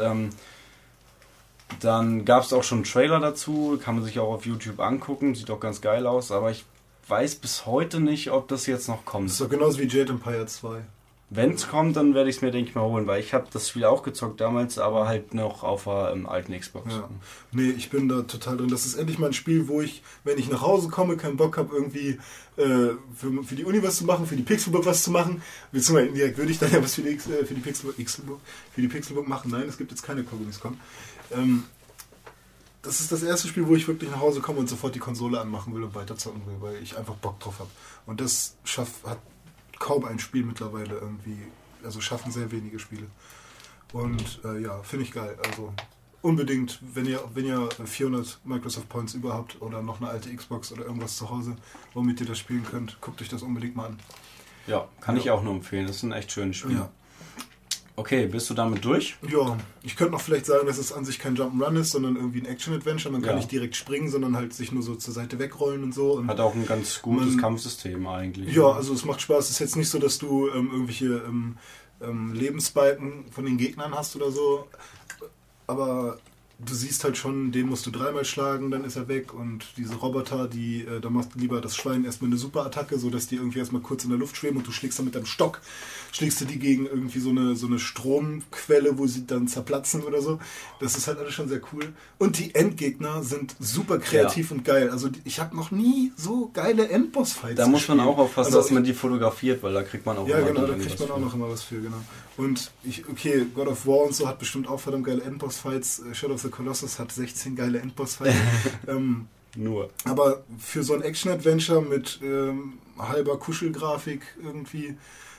dann gab es auch schon einen Trailer dazu, kann man sich auch auf YouTube angucken, sieht auch ganz geil aus, aber ich weiß bis heute nicht, ob das jetzt noch kommt. Das ist doch genauso wie Jade Empire 2. Wenn es kommt, dann werde ich es mir, denke ich mal, holen, weil ich habe das Spiel auch gezockt damals, aber halt noch auf der alten Xbox. Ja. Nee, ich bin da total drin. Das ist endlich mal ein Spiel, wo ich, wenn ich nach Hause komme, keinen Bock habe, irgendwie für die Uni was zu machen, für die Pixelburg was zu machen. Beziehungsweise indirekt würde ich dann ja was für die Pixelburg machen. Nein, es gibt jetzt keine Koggummis.com. Das ist das erste Spiel, wo ich wirklich nach Hause komme und sofort die Konsole anmachen will und weiterzocken will, weil ich einfach Bock drauf habe. Und das hat kaum ein Spiel mittlerweile irgendwie, also schaffen sehr wenige Spiele. Und finde ich geil. Also unbedingt, wenn ihr 400 Microsoft Points überhaupt oder noch eine alte Xbox oder irgendwas zu Hause, womit ihr das spielen könnt, guckt euch das unbedingt mal an. Ja, kann ich auch nur empfehlen. Das ist ein echt schönes Spiel. Ja. Okay, bist du damit durch? Ja, ich könnte noch vielleicht sagen, dass es an sich kein Jump'n'Run ist, sondern irgendwie ein Action-Adventure. Man kann nicht direkt springen, sondern halt sich nur so zur Seite wegrollen und so. Und hat auch ein ganz gutes Kampfsystem eigentlich. Ja, also es macht Spaß. Es ist jetzt nicht so, dass du irgendwelche Lebensbalken von den Gegnern hast oder so. Aber du siehst halt schon, den musst du 3-mal schlagen, dann ist er weg. Und diese Roboter, da machst du lieber das Schwein erstmal eine Superattacke, so dass die irgendwie erstmal kurz in der Luft schweben und du schlägst dann mit deinem Stock, schlägst du die gegen irgendwie so eine Stromquelle, wo sie dann zerplatzen oder so. Das ist halt alles schon sehr cool. Und die Endgegner sind super kreativ und geil. Also ich habe noch nie so geile Endboss-Fights Da muss man auch aufpassen, dass man die fotografiert, weil da kriegt man auch da kriegt man auch noch immer was für, genau. Und God of War und so hat bestimmt auch verdammt geile Endboss-Fights. Shadow of the Colossus hat 16 geile Endboss-Fights. Nur. Aber für so ein Action-Adventure mit halber Kuschelgrafik irgendwie,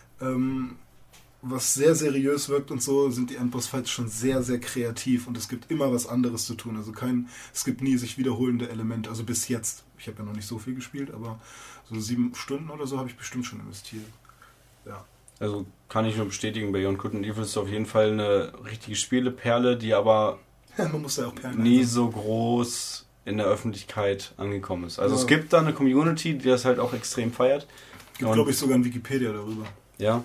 was sehr seriös wirkt und so, sind die Endboss-Fights schon sehr, sehr kreativ und es gibt immer was anderes zu tun. Also es gibt nie sich wiederholende Elemente, also bis jetzt. Ich habe ja noch nicht so viel gespielt, aber so 7 Stunden oder so habe ich bestimmt schon investiert. Ja. Also kann ich nur bestätigen, Beyond Good and Evil ist auf jeden Fall eine richtige Spieleperle, die aber man muss ja auch nie so groß in der Öffentlichkeit angekommen ist. Also es gibt da eine Community, die das halt auch extrem feiert, Gibt, glaube ich, sogar ein Wikipedia darüber. Ja?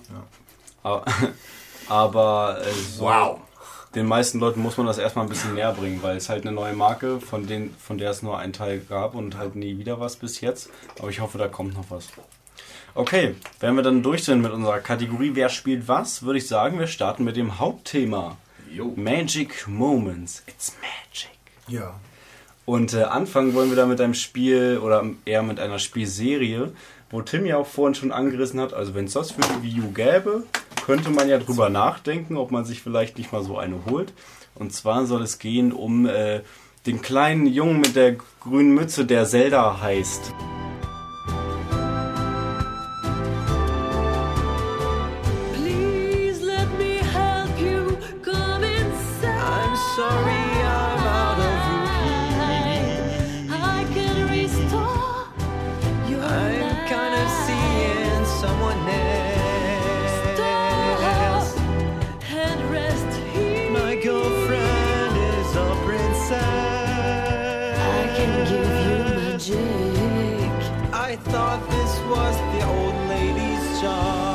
Aber Wow. Den meisten Leuten muss man das erstmal ein bisschen näher bringen, weil es halt eine neue Marke, von der es nur einen Teil gab und halt nie wieder was bis jetzt. Aber ich hoffe, da kommt noch was. Okay, wenn wir dann durch sind mit unserer Kategorie Wer spielt was, würde ich sagen, wir starten mit dem Hauptthema. Jo. Magic Moments. It's magic. Ja. Und anfangen wollen wir da mit einem Spiel oder eher mit einer Spielserie, wo Tim ja auch vorhin schon angerissen hat, also wenn es das für die Wii U gäbe, könnte man ja drüber nachdenken, ob man sich vielleicht nicht mal so eine holt. Und zwar soll es gehen um den kleinen Jungen mit der grünen Mütze, der Zelda heißt. Please let me help you come inside. I'm sorry I'm out of routine. I can restore your I'm kind of seeing someone else. And rest here. My girlfriend is a princess. I can give you magic. I thought this was the old lady's job.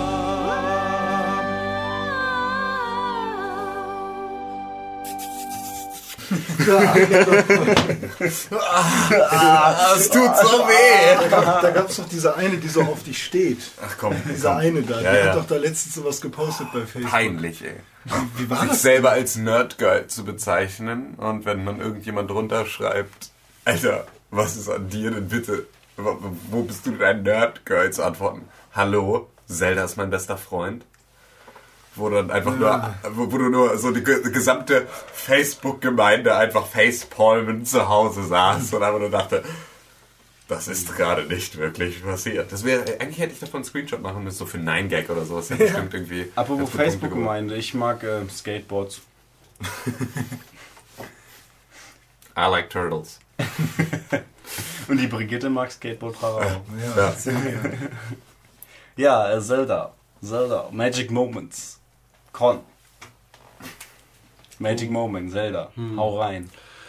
Es tut so weh. Da gab es doch diese eine, die so auf dich steht. Ach komm. Diese eine da, Ja, die ja. hat doch da letztens sowas gepostet bei Facebook. Peinlich, ey. Wie war Sich das? selber als Nerdgirl zu bezeichnen und wenn dann irgendjemand drunter schreibt, Alter, was ist an dir denn bitte? Wo bist du denn ein Nerdgirl? Zu antworten, hallo, Zelda ist mein bester Freund. Wo dann einfach wo du nur so die gesamte Facebook-Gemeinde einfach facepalmen zu Hause saß und einfach nur dachte, das ist gerade nicht wirklich passiert. Eigentlich hätte ich davon einen Screenshot machen müssen, so für 9gag oder sowas. Ja, bestimmt irgendwie. Apropos ganz gute Punkte Facebook-Gemeinde, ich mag Skateboards. I like turtles. Und die Brigitte mag Skateboardfahrer auch. Ja. Ja, Zelda, Magic Moments. Magic Moment, Zelda. Hau rein.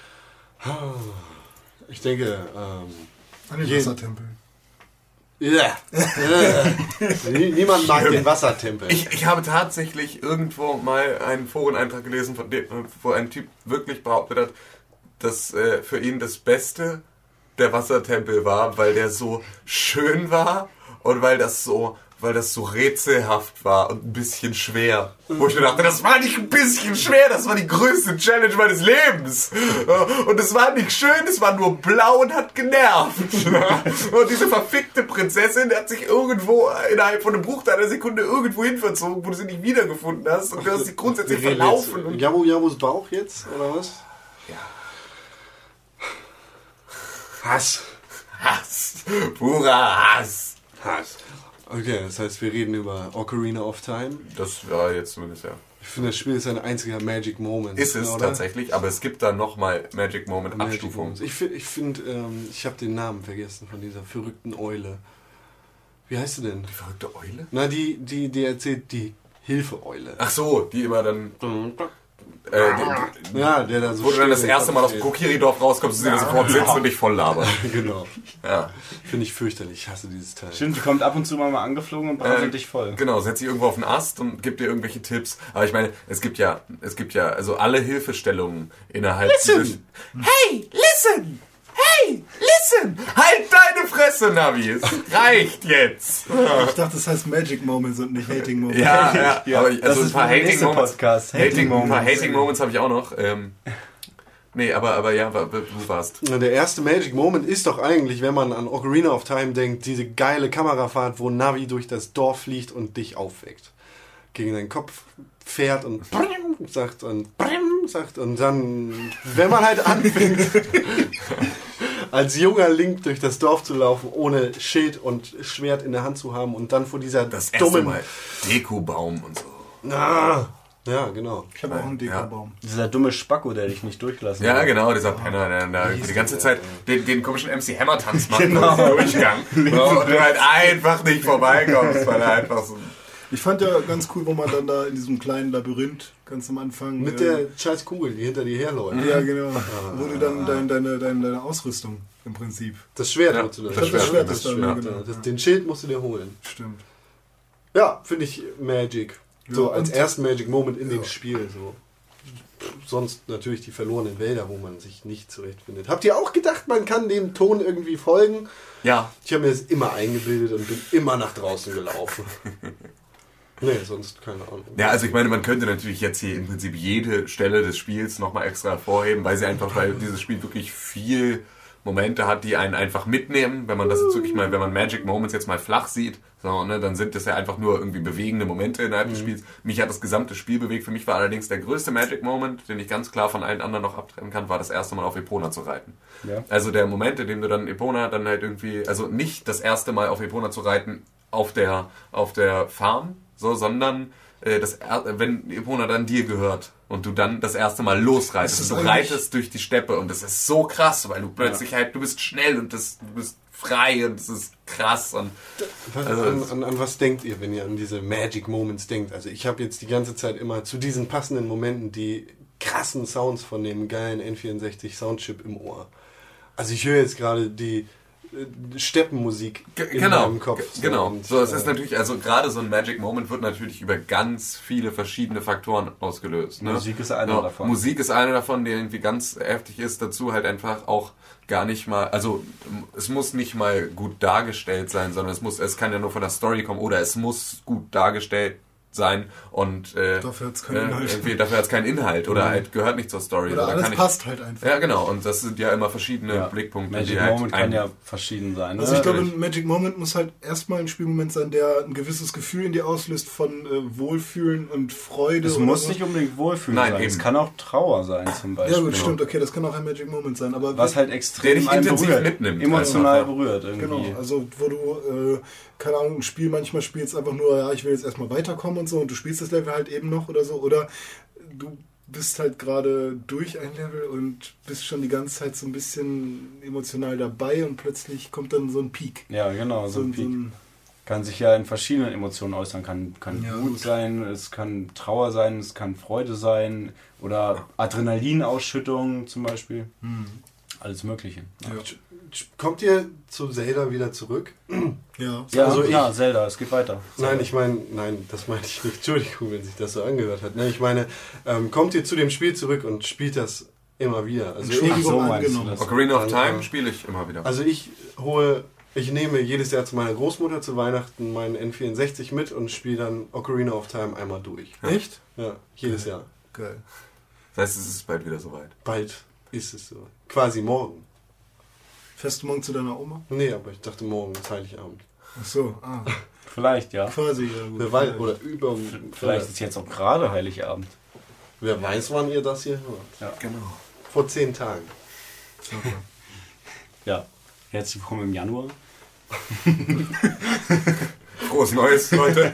Ich denke, An den Wassertempel. ja. Niemand mag den Wassertempel. Ich habe tatsächlich irgendwo mal einen Foreneintrag gelesen, wo ein Typ wirklich behauptet hat, dass für ihn das Beste der Wassertempel war, weil der so schön war und weil das so rätselhaft war und ein bisschen schwer. Wo ich mir dachte, das war nicht ein bisschen schwer, das war die größte Challenge meines Lebens. Und es war nicht schön, es war nur blau und hat genervt. Und diese verfickte Prinzessin hat sich irgendwo innerhalb von einem Bruchteil einer Sekunde irgendwo hin verzogen, wo du sie nicht wiedergefunden hast. Und du hast sie grundsätzlich verlaufen. Und Jabos Bauch jetzt, oder was? Hass. Purer Hass. Okay, das heißt, wir reden über Ocarina of Time. Das war jetzt zumindest, ja. Ich finde, das Spiel ist ein einziger Magic Moment. Ist es oder? tatsächlich, aber es gibt da nochmal Magic Moment Magic Abstufung. Moments. Ich finde, ich habe den Namen vergessen von dieser verrückten Eule. Wie heißt sie denn? Die verrückte Eule? Na, die erzählt die Hilfe-Eule. Ach so, die immer dann... Ja, der da so wo du dann das still erste Mal aus steht. Kokiri-Dorf rauskommst, sie sofort sitzt und dich voll labern. Genau. Ja. Finde ich fürchterlich. Ich hasse dieses Teil. Stimmt, die kommt ab und zu mal angeflogen und braselt dich voll. Genau, setzt dich irgendwo auf den Ast und gibt dir irgendwelche Tipps. Aber ich meine, es gibt ja also alle Hilfestellungen innerhalb Listen! Hey, listen! Hey, listen! Halt deine Fresse, Navi! Es reicht jetzt! Ich dachte, das heißt Magic Moments und nicht Hating Moments. Ja, aber das ist ein paar der nächste Hating Moments. Podcast. Ein paar Hating Moments habe ich auch noch. Nee, aber ja, du warst. Na, der erste Magic Moment ist doch eigentlich, wenn man an Ocarina of Time denkt, diese geile Kamerafahrt, wo Navi durch das Dorf fliegt und dich aufweckt. Gegen deinen Kopf fährt und sagt und dann, wenn man halt anfängt, als junger Link durch das Dorf zu laufen, ohne Schild und Schwert in der Hand zu haben und dann vor dieser Das erste Mal Dekobaum und so. Ja, genau. Ich habe auch einen Dekobaum. Dieser dumme Spacko, der dich nicht durchlassen Ja, will. genau, dieser Penner, der da die ganze Zeit den komischen MC Hammer-Tanz macht, genau. Durchgang. Und du halt einfach nicht vorbeikommst, weil er einfach so... Ich fand ja ganz cool, wo man dann da in diesem kleinen Labyrinth ganz am Anfang... Mit der scheiß Kugel, die hinter dir herläuft. Ja, genau. Wo du dann deine Ausrüstung im Prinzip... Das Schwert Ja, musst du das Schwert das ist dann, Schwert, genau. Den Schild musst du dir holen. Stimmt. Ja, finde ich Magic. So Ja, als und- ersten Magic Moment in dem Ja. Spiel. So. Sonst natürlich die verlorenen Wälder, wo man sich nicht zurechtfindet. Habt ihr auch gedacht, man kann dem Ton irgendwie folgen? Ja. Ich habe mir das immer eingebildet und bin immer nach draußen gelaufen. Nee, sonst keine Ahnung. Ja, also ich meine, man könnte natürlich jetzt hier im Prinzip jede Stelle des Spiels nochmal extra hervorheben, weil dieses Spiel wirklich viel Momente hat, die einen einfach mitnehmen. Wenn man das jetzt wirklich mal, wenn man Magic Moments jetzt mal flach sieht, so, ne, dann sind das ja einfach nur irgendwie bewegende Momente innerhalb des Spiels. Mich hat das gesamte Spiel bewegt. Für mich war allerdings der größte Magic Moment, den ich ganz klar von allen anderen noch abtrennen kann, war das erste Mal auf Epona zu reiten. Ja. Also der Moment, in dem du dann Epona dann halt irgendwie, also nicht das erste Mal auf Epona zu reiten auf der Farm, so, sondern wenn Epona dann dir gehört und du dann das erste Mal losreitest Das und ist du eigentlich- reitest durch die Steppe und das ist so krass, weil du plötzlich halt, du bist schnell und du bist frei und es ist krass und An was denkt ihr, wenn ihr an diese Magic Moments denkt? Also ich habe jetzt die ganze Zeit immer zu diesen passenden Momenten die krassen Sounds von dem geilen N64 Soundchip im Ohr. Also ich höre jetzt gerade die Steppenmusik in meinem Kopf. Genau. Und, So, es ist natürlich, also gerade so ein Magic Moment wird natürlich über ganz viele verschiedene Faktoren ausgelöst. Ne? Musik ist einer davon. Musik ist einer davon, der irgendwie ganz heftig ist. Dazu halt einfach auch gar nicht mal, also es muss nicht mal gut dargestellt sein, sondern es kann ja nur von der Story kommen oder es muss gut dargestellt sein und Dafür hat's keinen Inhalt. irgendwie dafür hat's keinen Inhalt oder halt gehört nicht zur Story. Oder So, alles kann ich, passt halt einfach. ja, genau. Und das sind ja immer verschiedene Blickpunkte. Magic die halt Moment kann ja verschieden sein. Also ne? ich glaube, ein Magic Moment muss halt erstmal ein Spielmoment sein, der ein gewisses Gefühl in dir auslöst von Wohlfühlen und Freude. Es oder muss so. nicht unbedingt Wohlfühlen Nein, sein. eben. Es kann auch Trauer sein zum Beispiel. Ja gut, stimmt, okay, das kann auch ein Magic Moment sein. Aber Was halt Der extrem dich einen intensiv berührt. mitnimmt, Emotional einfach. berührt irgendwie. Genau, also wo du, keine Ahnung, ein Spiel manchmal spielst einfach nur, ja, ich will jetzt erstmal weiterkommen und so und du spielst das Level halt eben noch oder so, oder du bist halt gerade durch ein Level und bist schon die ganze Zeit so ein bisschen emotional dabei und plötzlich kommt dann so ein Peak. Ja, genau, so ein Peak. Kann sich ja in verschiedenen Emotionen äußern. Kann Ja, Wut gut. sein, es kann Trauer sein, es kann Freude sein oder Adrenalinausschüttung zum Beispiel. Alles Mögliche. Kommt ihr zu Zelda wieder zurück? Ja. Ja, Also klar, Zelda, es geht weiter. Nein, das meinte ich nicht. Entschuldigung, wenn sich das so angehört hat. Nein, ich meine, kommt ihr zu dem Spiel zurück und spielt das immer wieder? Also Entschuldigung, Ach so, meinst du angenommen. das? Ocarina of Ja. Time spiele ich immer wieder. Also ich nehme jedes Jahr zu meiner Großmutter zu Weihnachten meinen N64 mit und spiele dann Ocarina of Time einmal durch. Echt? Ja, jedes Jahr. Geil. Das heißt, es ist bald wieder soweit. Bald ist es so. Quasi morgen. Fährst du morgen zu deiner Oma? Nee, aber ich dachte morgen ist Heiligabend. Ach so, Vielleicht, ja. quasi, ja gut. Wer weiß, oder über... Vielleicht ist jetzt auch gerade Heiligabend. Wer weiß, wann ihr das hier hört. Ja. Genau. Vor 10 Tagen. Ja. Herzlich willkommen im Januar. Frohes Neues, Leute.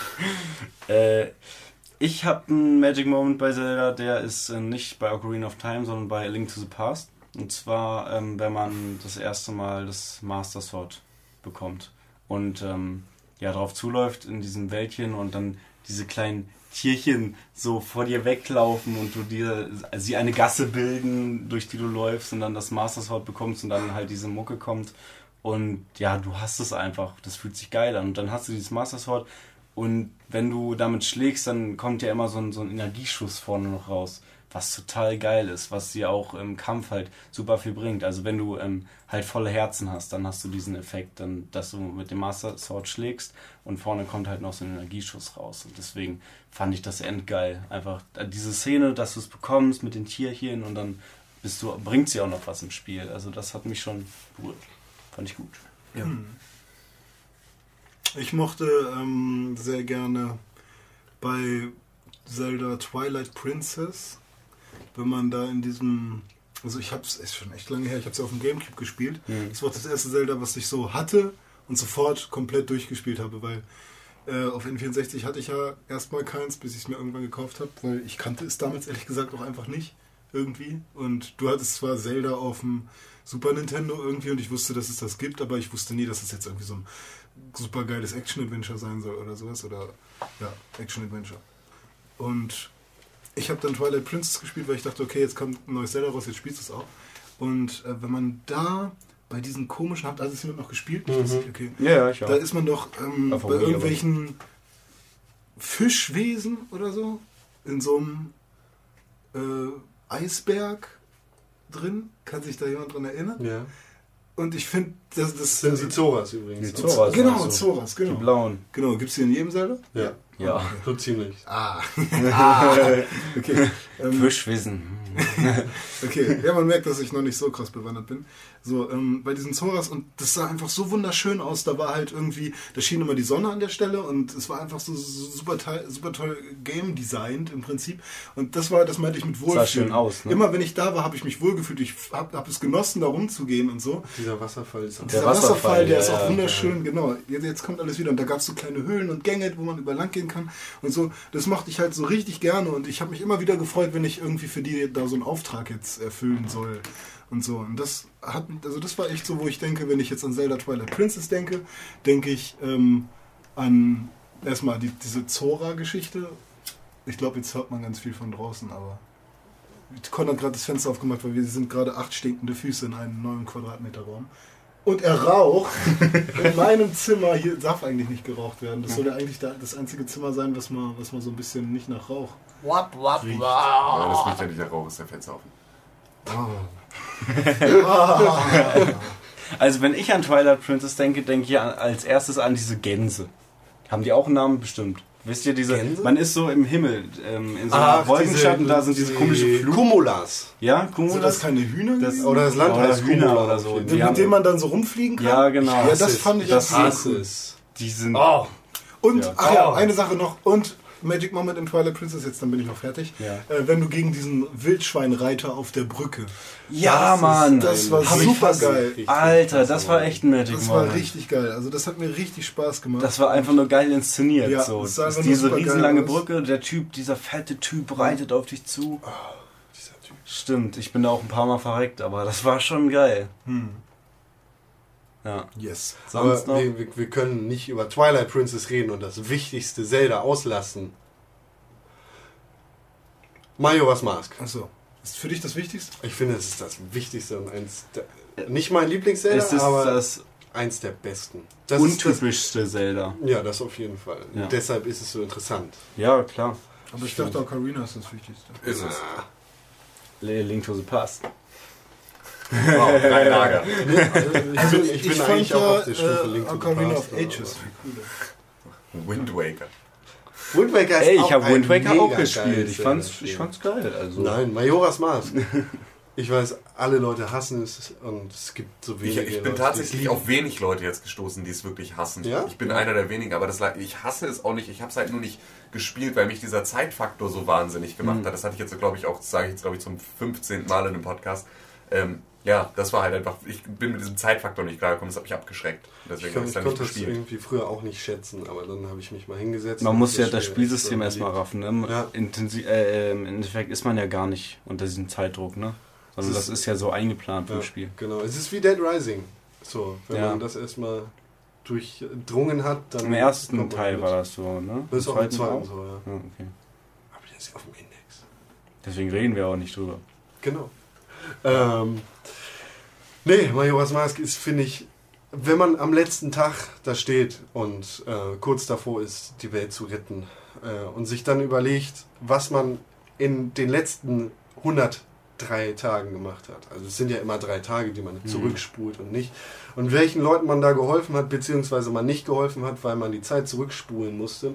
Ich habe einen Magic Moment bei Zelda, der ist nicht bei Ocarina of Time, sondern bei A Link to the Past. Und zwar, wenn man das erste Mal das Master Sword bekommt und drauf zuläuft in diesem Wäldchen und dann diese kleinen Tierchen so vor dir weglaufen und sie eine Gasse bilden, durch die du läufst und dann das Master Sword bekommst und dann halt diese Mucke kommt. Und ja, du hast es einfach. Das fühlt sich geil an. Und dann hast du dieses Master Sword und wenn du damit schlägst, dann kommt ja immer so ein Energieschuss vorne noch raus, was total geil ist, was dir auch im Kampf halt super viel bringt. Also wenn du halt volle Herzen hast, dann hast du diesen Effekt, dann, dass du mit dem Master Sword schlägst und vorne kommt halt noch so ein Energieschuss raus. Und deswegen fand ich das endgeil. Einfach diese Szene, dass du es bekommst mit den Tierchen und dann bringt sie auch noch was im Spiel. Also das hat mich schon berührt. Fand ich gut. Ja. Ich mochte sehr gerne bei Zelda Twilight Princess, wenn man da in diesem, also ist schon echt lange her, ich habe es auf dem Gamecube gespielt. Das war das erste Zelda, was ich so hatte und sofort komplett durchgespielt habe, weil auf N64 hatte ich ja erstmal keins, bis ich es mir irgendwann gekauft habe, weil ich kannte es damals ehrlich gesagt auch einfach nicht irgendwie. Und du hattest zwar Zelda auf dem Super Nintendo irgendwie und ich wusste, dass es das gibt, aber ich wusste nie, dass es jetzt irgendwie so ein super geiles Action-Adventure sein soll oder sowas. Oder ja, Action-Adventure. Und ich habe dann Twilight Princess gespielt, weil ich dachte, okay, jetzt kommt ein neues Zelda raus, jetzt spielst du es auch. Und wenn man da bei diesen komischen, habt ihr das jemand noch gespielt? Okay. Ja, ich auch. Da ist man doch bei irgendwelchen Fischwesen oder so in so einem Eisberg drin. Kann sich da jemand dran erinnern? Ja. Und ich finde, das sind die Zoras übrigens. Die Zoras. Genau, also, Zoras, genau. Die blauen. Genau, gibt es die in jedem Zelda? Ja. Ja. So ziemlich. Okay. Fischwesen. Okay, ja, man merkt, dass ich noch nicht so krass bewandert bin. So, bei diesen Zoras, und das sah einfach so wunderschön aus, da war halt irgendwie, da schien immer die Sonne an der Stelle und es war einfach so super toll game designed im Prinzip. Und das meinte ich mit Wohlfühlen. Sah schön aus, ne? Immer wenn ich da war, habe ich mich wohlgefühlt, ich hab es genossen, da rumzugehen und so. Dieser Wasserfall ist auch Dieser Wasserfall, der ist auch ja, wunderschön, genau. Jetzt kommt alles wieder und da gab es so kleine Höhlen und Gänge, wo man über lang gehen kann und so. Das mochte ich halt so richtig gerne und ich habe mich immer wieder gefreut, wenn ich irgendwie für die da so einen Auftrag jetzt erfüllen soll und so. Und das war echt so, wo ich denke, wenn ich jetzt an Zelda Twilight Princess denke ich an erstmal diese Zora-Geschichte. Ich glaube, jetzt hört man ganz viel von draußen, aber Con hat gerade das Fenster aufgemacht, weil wir sind gerade 8 stinkende Füße in einem 9 Quadratmeter Raum. Und er raucht. In meinem Zimmer, hier darf eigentlich nicht geraucht werden. Das soll ja eigentlich das einzige Zimmer sein, was mal so ein bisschen nicht nach Rauch riecht. Aber das riecht ja nicht nach Rauch, ist der Fenster offen. Also wenn ich an Twilight Princess denke ich als erstes an diese Gänse. Haben die auch einen Namen? Bestimmt. Wisst ihr, Gänse? Man ist so im Himmel, in so einem Wolkenschatten, da sind diese komische Flug... Cumulas. Ja, Sind Cumulas? das keine Hühner? Oder das Land heißt Hühner Cumula oder so. mit dem man dann so rumfliegen kann? Ja, genau. Ja, das fand ich das auch cool. cool. Die sind... Und, Ja. ach ja, eine Sache noch. Und Magic Moment in Twilight Princess, jetzt dann bin ich noch fertig. Ja. Wenn du gegen diesen Wildschweinreiter auf der Brücke. Ja, Mann! Das war Hab ich super fast- geil. Alter, das war echt ein Magic Das war Moment. richtig geil. Also das hat mir richtig Spaß gemacht. Das war einfach nur geil inszeniert. Ja, so. das sah Das ist einfach nur diese super geil riesenlange aus. Brücke, dieser fette Typ reitet auf dich zu. Dieser Typ. Stimmt, ich bin da auch ein paar Mal verreckt, aber das war schon geil. Ja. Yes. Sonst Aber noch? wir können nicht über Twilight Princess reden und das wichtigste Zelda auslassen. Majora's Mask. Achso. Ist für dich das Wichtigste? Ich finde, es ist das Wichtigste und nicht mein Lieblings-Zelda, Es ist aber das eins der besten. Das ist untypischste Zelda. ja, das auf jeden Fall. Ja. Deshalb ist es so interessant. Ja, klar. Aber ich dachte, Ocarina ist das Wichtigste. Ist es. Link to the Past. Wow, 3 Lager. Ich bin eigentlich auch auf der Stufe Link to the Ocarina Past, of Ages viel cooler. Wind Waker. Wind Waker ist Ey, auch ich habe ein Wind Waker mega auch gespielt. geiles Ich fand's Zelda-Spiel. geil. Also. Nein, Majora's Mask. Ich weiß, alle Leute hassen es und es gibt so wenige Ich bin Leute, tatsächlich die es auf wenig Leute jetzt gestoßen, die es wirklich hassen. Ja? Ich bin einer der wenigen, aber ich hasse es auch nicht. Ich habe es halt nur nicht gespielt, weil mich dieser Zeitfaktor so wahnsinnig gemacht hat. Das hatte ich jetzt, glaube ich, auch, sage ich jetzt, glaube ich, zum 15. Mal in einem Podcast. Ja, das war halt einfach, ich bin mit diesem Zeitfaktor nicht klargekommen, das hat mich abgeschreckt. Deswegen habe ich Ich es dann nicht konnte es gespielt. irgendwie früher auch nicht schätzen, aber dann habe ich mich mal hingesetzt. Man und muss ja das Spiel Spielsystem echt so erstmal raffen. Ne? Ja. Im Endeffekt ist man ja gar nicht unter diesem Zeitdruck, ne? Sondern das ist ja so eingeplant im Ja, Spiel. genau. Es ist wie Dead Rising. So, wenn Ja. man das erstmal durchdrungen hat, dann. Im ersten kommt man Teil mit. war das so, ne? Das ist auch im zweiten auch? so, ja. Ja, okay. Aber der ist ja auf dem Index. Deswegen reden wir auch nicht drüber. Genau. Nee, Majora's Mask ist, finde ich, wenn man am letzten Tag da steht und kurz davor ist, die Welt zu retten und sich dann überlegt, was man in den letzten 103 Tagen gemacht hat. Also es sind ja immer 3 Tage, die man zurückspult und nicht. Und welchen Leuten man da geholfen hat, beziehungsweise man nicht geholfen hat, weil man die Zeit zurückspulen musste,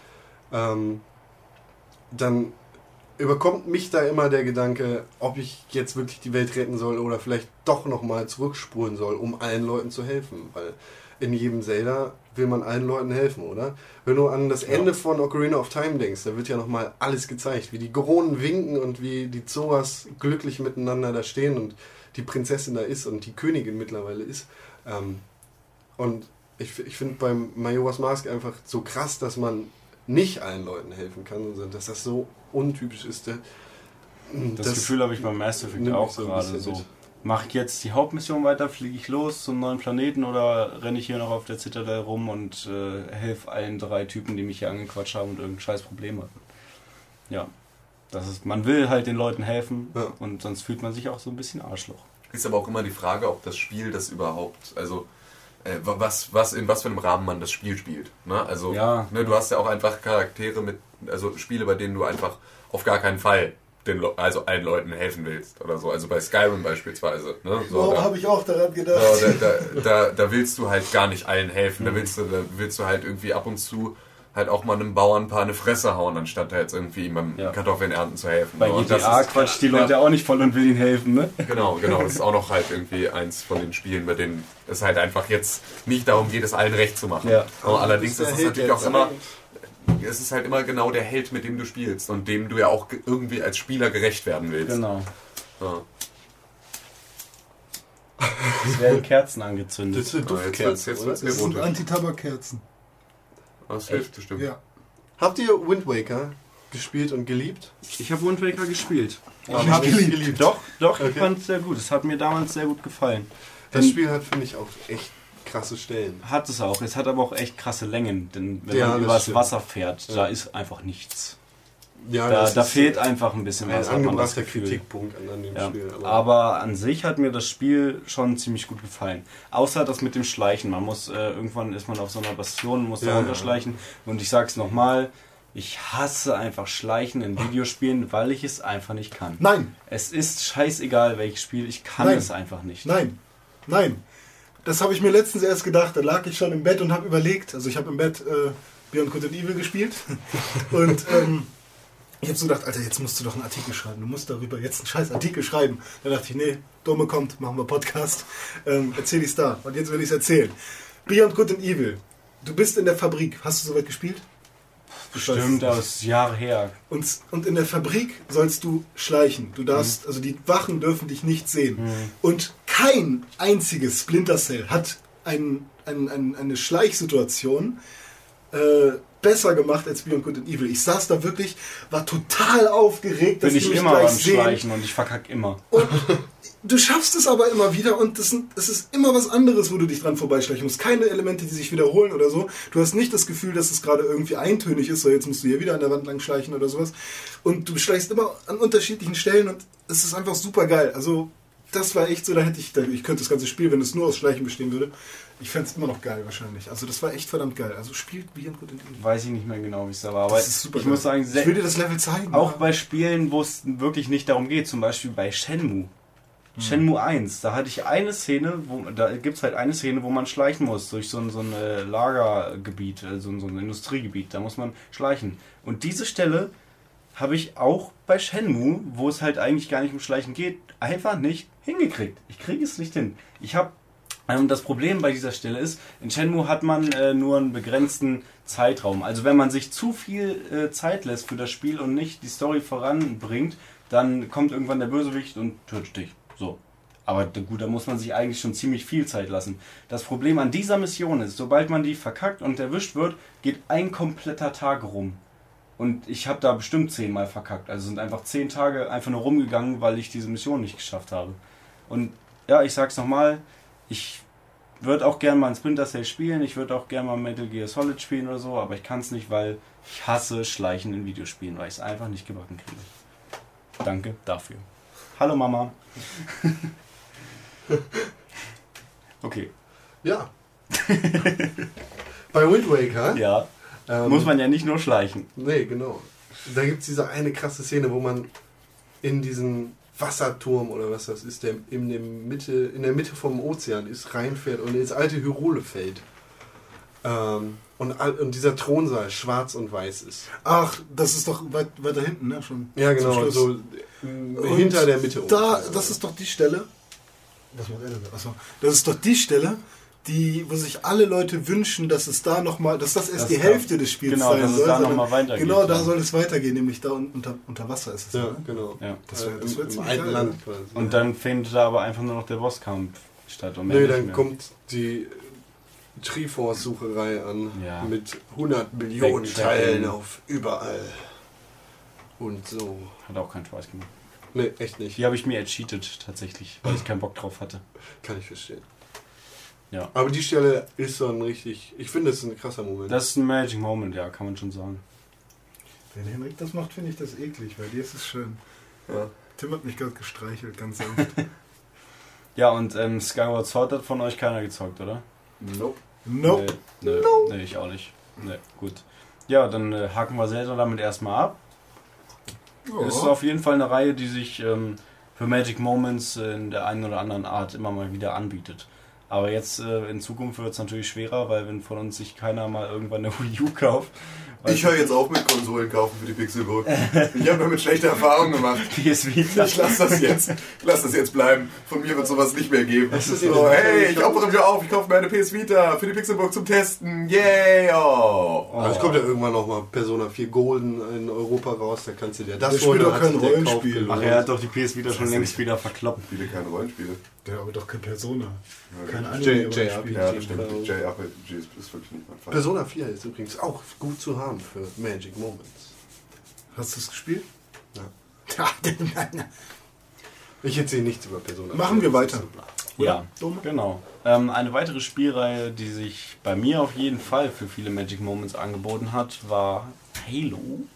dann überkommt mich da immer der Gedanke, ob ich jetzt wirklich die Welt retten soll oder vielleicht doch nochmal zurückspulen soll, um allen Leuten zu helfen. Weil in jedem Zelda will man allen Leuten helfen, oder? Wenn du an das Ende von Ocarina of Time denkst, da wird ja nochmal alles gezeigt, wie die Goronen winken und wie die Zoras glücklich miteinander da stehen und die Prinzessin da ist und die Königin mittlerweile ist. Und ich finde beim Majora's Mask einfach so krass, dass man nicht allen Leuten helfen kann, sondern dass das so untypisch ist. Das Gefühl habe ich beim Mass Effect nimmt auch mich so ein gerade bisschen so. mit. mache ich jetzt die Hauptmission weiter, fliege ich los zum neuen Planeten oder renne ich hier noch auf der Zitadelle rum und helfe allen 3 Typen, die mich hier angequatscht haben und irgendein scheiß Problem hatten. Ja, man will halt den Leuten helfen und sonst fühlt man sich auch so ein bisschen Arschloch. Ist aber auch immer die Frage, ob das Spiel das überhaupt, also in was für einem Rahmen man das Spiel spielt. Ne? Also ne, du hast ja auch einfach Charaktere also Spiele, bei denen du einfach auf gar keinen Fall allen Leuten helfen willst oder so. Also bei Skyrim beispielsweise. Ne? So, habe ich auch daran gedacht. Da willst du halt gar nicht allen helfen. Da willst du halt irgendwie ab und zu halt auch mal einem Bauernpaar eine Fresse hauen, anstatt da jetzt irgendwie ihm beim Kartoffeln ernten zu helfen. Bei GTA quatscht die Leute auch nicht voll und will ihnen helfen, ne? Genau. Das ist auch noch halt irgendwie eins von den Spielen, bei denen es halt einfach jetzt nicht darum geht, es allen recht zu machen. Ja. Aber allerdings ist es natürlich auch immer... Es ist halt immer genau der Held, mit dem du spielst und dem du ja auch irgendwie als Spieler gerecht werden willst. Genau. Ja. Es werden Kerzen angezündet. Das sind Duftkerzen, oder? Das sind Antitabakkerzen. Das hilft bestimmt. Ja. Habt ihr Wind Waker gespielt und geliebt? Ich habe Wind Waker gespielt. Ich habe es geliebt. Doch, okay. Ich fand es sehr gut. Es hat mir damals sehr gut gefallen. Das Spiel hat, finde ich, auch echt krasse Stellen. Hat es auch. Es hat aber auch echt krasse Längen. Denn wenn man übers Wasser fährt, da ist einfach nichts. Ja, da fehlt einfach ein bisschen was. Ein angebrachter Kritikpunkt an dem Spiel. Aber an sich hat mir das Spiel schon ziemlich gut gefallen. Außer das mit dem Schleichen. Man muss irgendwann ist man auf so einer Bastion, muss da runterschleichen. Und ich sag's nochmal, ich hasse einfach Schleichen in Videospielen, weil ich es einfach nicht kann. Nein! Es ist scheißegal, welches Spiel, ich kann es einfach nicht. Nein! Das habe ich mir letztens erst gedacht. Da lag ich schon im Bett und habe überlegt. Also ich habe im Bett Beyond Good and Evil gespielt. Und ich habe so gedacht, Alter, jetzt musst du doch einen Artikel schreiben. Du musst darüber jetzt einen scheiß Artikel schreiben. Da dachte ich, nee, Dumme kommt, machen wir Podcast. Erzähl ich's da. Und jetzt will ich's erzählen. Beyond Good and Evil. Du bist in der Fabrik. Hast du soweit gespielt? Bestimmt aus Jahren her. Und in der Fabrik sollst du schleichen. Du darfst, also die Wachen dürfen dich nicht sehen. Und kein einziges Splinter Cell hat eine Schleichsituation besser gemacht als Beyond Good and Evil. Ich saß da wirklich, war total aufgeregt, dass die mich immer beim Schleichen und ich verkack immer. Und du schaffst es aber immer wieder und es ist immer was anderes, wo du dich dran vorbeischleichen musst. Keine Elemente, die sich wiederholen oder so. Du hast nicht das Gefühl, dass es gerade irgendwie eintönig ist, so jetzt musst du hier wieder an der Wand lang schleichen oder sowas. Und du schleichst immer an unterschiedlichen Stellen und es ist einfach super geil. Also das war echt so, ich könnte das ganze Spiel, wenn es nur aus Schleichen bestehen würde, ich fände es immer noch geil wahrscheinlich. Also das war echt verdammt geil. Also spielt Beyond Good and Evil. Weiß ich nicht mehr genau, wie es da war. Aber das ist super ich geil. muss sagen, ich will dir das Level zeigen. Auch bei Spielen, wo es wirklich nicht darum geht, zum Beispiel bei Shenmue. Shenmue 1, da hatte ich eine Szene, da gibt es halt eine Szene, wo man schleichen muss durch so ein Lagergebiet, so ein Industriegebiet, da muss man schleichen. Und diese Stelle habe ich auch bei Shenmue, wo es halt eigentlich gar nicht um Schleichen geht, einfach nicht hingekriegt. Ich kriege es nicht hin. Ich habe das Problem bei dieser Stelle ist, in Shenmue hat man nur einen begrenzten Zeitraum. Also wenn man sich zu viel Zeit lässt für das Spiel und nicht die Story voranbringt, dann kommt irgendwann der Bösewicht und tötet dich. So. Aber gut, da muss man sich eigentlich schon ziemlich viel Zeit lassen. Das Problem an dieser Mission ist, sobald man die verkackt und erwischt wird, geht ein kompletter Tag rum. Und ich habe da bestimmt 10 Mal verkackt. Also sind einfach 10 Tage einfach nur rumgegangen, weil ich diese Mission nicht geschafft habe. Und ja, ich sag's nochmal, ich würde auch gerne mal ein Splinter Cell spielen, ich würde auch gerne mal Metal Gear Solid spielen oder so, aber ich kann es nicht, weil ich hasse Schleichen in Videospielen, weil ich es einfach nicht gebacken kriege. Danke dafür. Hallo Mama. Okay. Ja. Bei Wind Waker. Ja. Muss man ja nicht nur schleichen. Nee, genau. Da gibt es diese eine krasse Szene, wo man in diesen Wasserturm oder was das ist, der in der Mitte vom Ozean ist, reinfährt und ins alte Hyrule fällt. Und dieser Thronsaal schwarz und weiß ist. Ach, das ist doch weiter hinten, ne? Schon. Ja, genau. So hinter der Mitte. Das ist doch die Stelle. Das ist doch die Stelle, wo sich alle Leute wünschen, dass es da nochmal, dass das erst die Hälfte des Spiels sein soll. Genau, dass es da nochmal weitergeht. Genau, da soll es weitergehen, nämlich da unter Wasser ist es. Ja, ne? genau. Ja. Das wäre im alten Land quasi. Und dann findet da aber einfach nur noch der Bosskampf statt. Nee, dann kommt die Triforce-Sucherei an mit 100 Millionen Teilen auf überall. Und so. Hat auch keinen Spaß gemacht. Nee, echt nicht. Die habe ich mir ercheatet, tatsächlich, weil ich keinen Bock drauf hatte. Kann ich verstehen. Ja. Aber die Stelle ist so ein richtig... Ich finde, das ist ein krasser Moment. Das ist ein Magic Moment, ja, kann man schon sagen. Wenn Henrik das macht, finde ich das eklig, weil dir ist es schön. Ja. Tim hat mich gerade gestreichelt, ganz sanft. Ja, und Skyward Sword hat von euch keiner gezockt, oder? Nope. Nope. Nee, ich auch nicht. Nee, gut. Ja, dann haken wir Zelda damit erstmal ab. Oh. Ist auf jeden Fall eine Reihe, die sich für Magic Moments in der einen oder anderen Art immer mal wieder anbietet. Aber jetzt in Zukunft wird es natürlich schwerer, weil wenn von uns sich keiner mal irgendwann eine Wii U kauft. Ich höre jetzt auf mit Konsolen kaufen für die Pixelburg. Ich habe damit schlechte Erfahrungen gemacht. PS Vita. Ich lasse das jetzt. Lass das jetzt bleiben. Von mir wird sowas nicht mehr geben. Das ist So, hey, ich opfere mich auf. Ich kaufe mir eine PS Vita für die Pixelburg zum Testen. Yay! Oh. Also es kommt ja irgendwann nochmal Persona 4 Golden in Europa raus, da kannst du dir das Der spielt doch hat kein sich der Kauf Rollenspiel. gelohnt. Ach, er hat doch die PS Vita schon längst wieder verkloppt. Viele keine Rollenspiele. Der aber doch kein Persona. Kein JRPG. Anime-Rollenspiel. Ja, das stimmt. JRPG ist wirklich nicht mein Fall. Persona 4 ist übrigens auch gut zu haben für Magic Moments. Hast du es gespielt? Ja. Ich erzähle nichts über Persona 4. Machen wir weiter. Ja, Dome? genau. Eine weitere Spielreihe, die sich bei mir auf jeden Fall für viele Magic Moments angeboten hat, war Halo.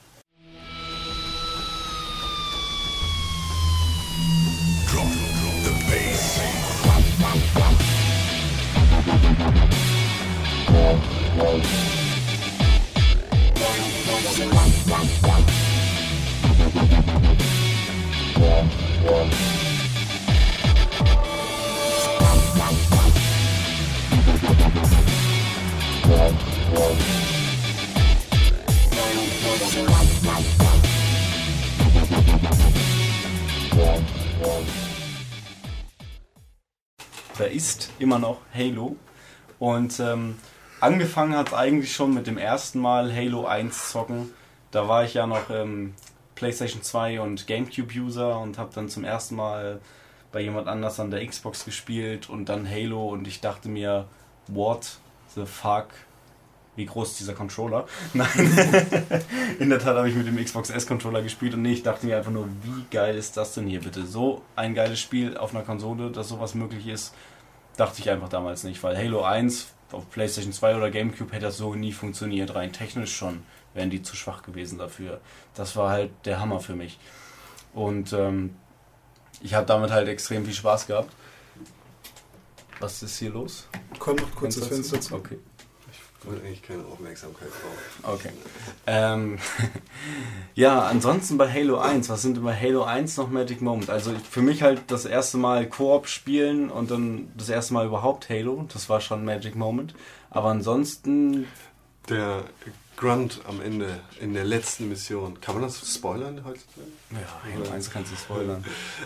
Da ist immer noch Halo. Und angefangen hat es eigentlich schon mit dem ersten Mal Halo 1 zocken. Da war ich ja noch PlayStation 2 und Gamecube-User und habe dann zum ersten Mal bei jemand anders an der Xbox gespielt und dann Halo und ich dachte mir, what the fuck? Wie groß ist dieser Controller? Nein, in der Tat habe ich mit dem Xbox S-Controller gespielt und ich dachte mir einfach nur, wie geil ist das denn hier bitte? So ein geiles Spiel auf einer Konsole, dass sowas möglich ist, dachte ich einfach damals nicht, weil Halo 1 auf PlayStation 2 oder Gamecube hätte das so nie funktioniert, rein technisch schon, wären die zu schwach gewesen dafür. Das war halt der Hammer für mich. Und ich habe damit halt extrem viel Spaß gehabt. Was ist hier los? Komm noch kurz das Fenster zu. Okay. Ich wollte eigentlich keine Aufmerksamkeit brauchen. Okay. Ja, ansonsten bei Halo 1, was sind denn bei Halo 1 noch Magic Moments? Also für mich halt das erste Mal Koop spielen und dann das erste Mal überhaupt Halo, das war schon ein Magic Moment. Aber ansonsten... Der Grunt am Ende, in der letzten Mission, kann man das spoilern heutzutage? Ja, Halo 1 kannst du spoilern.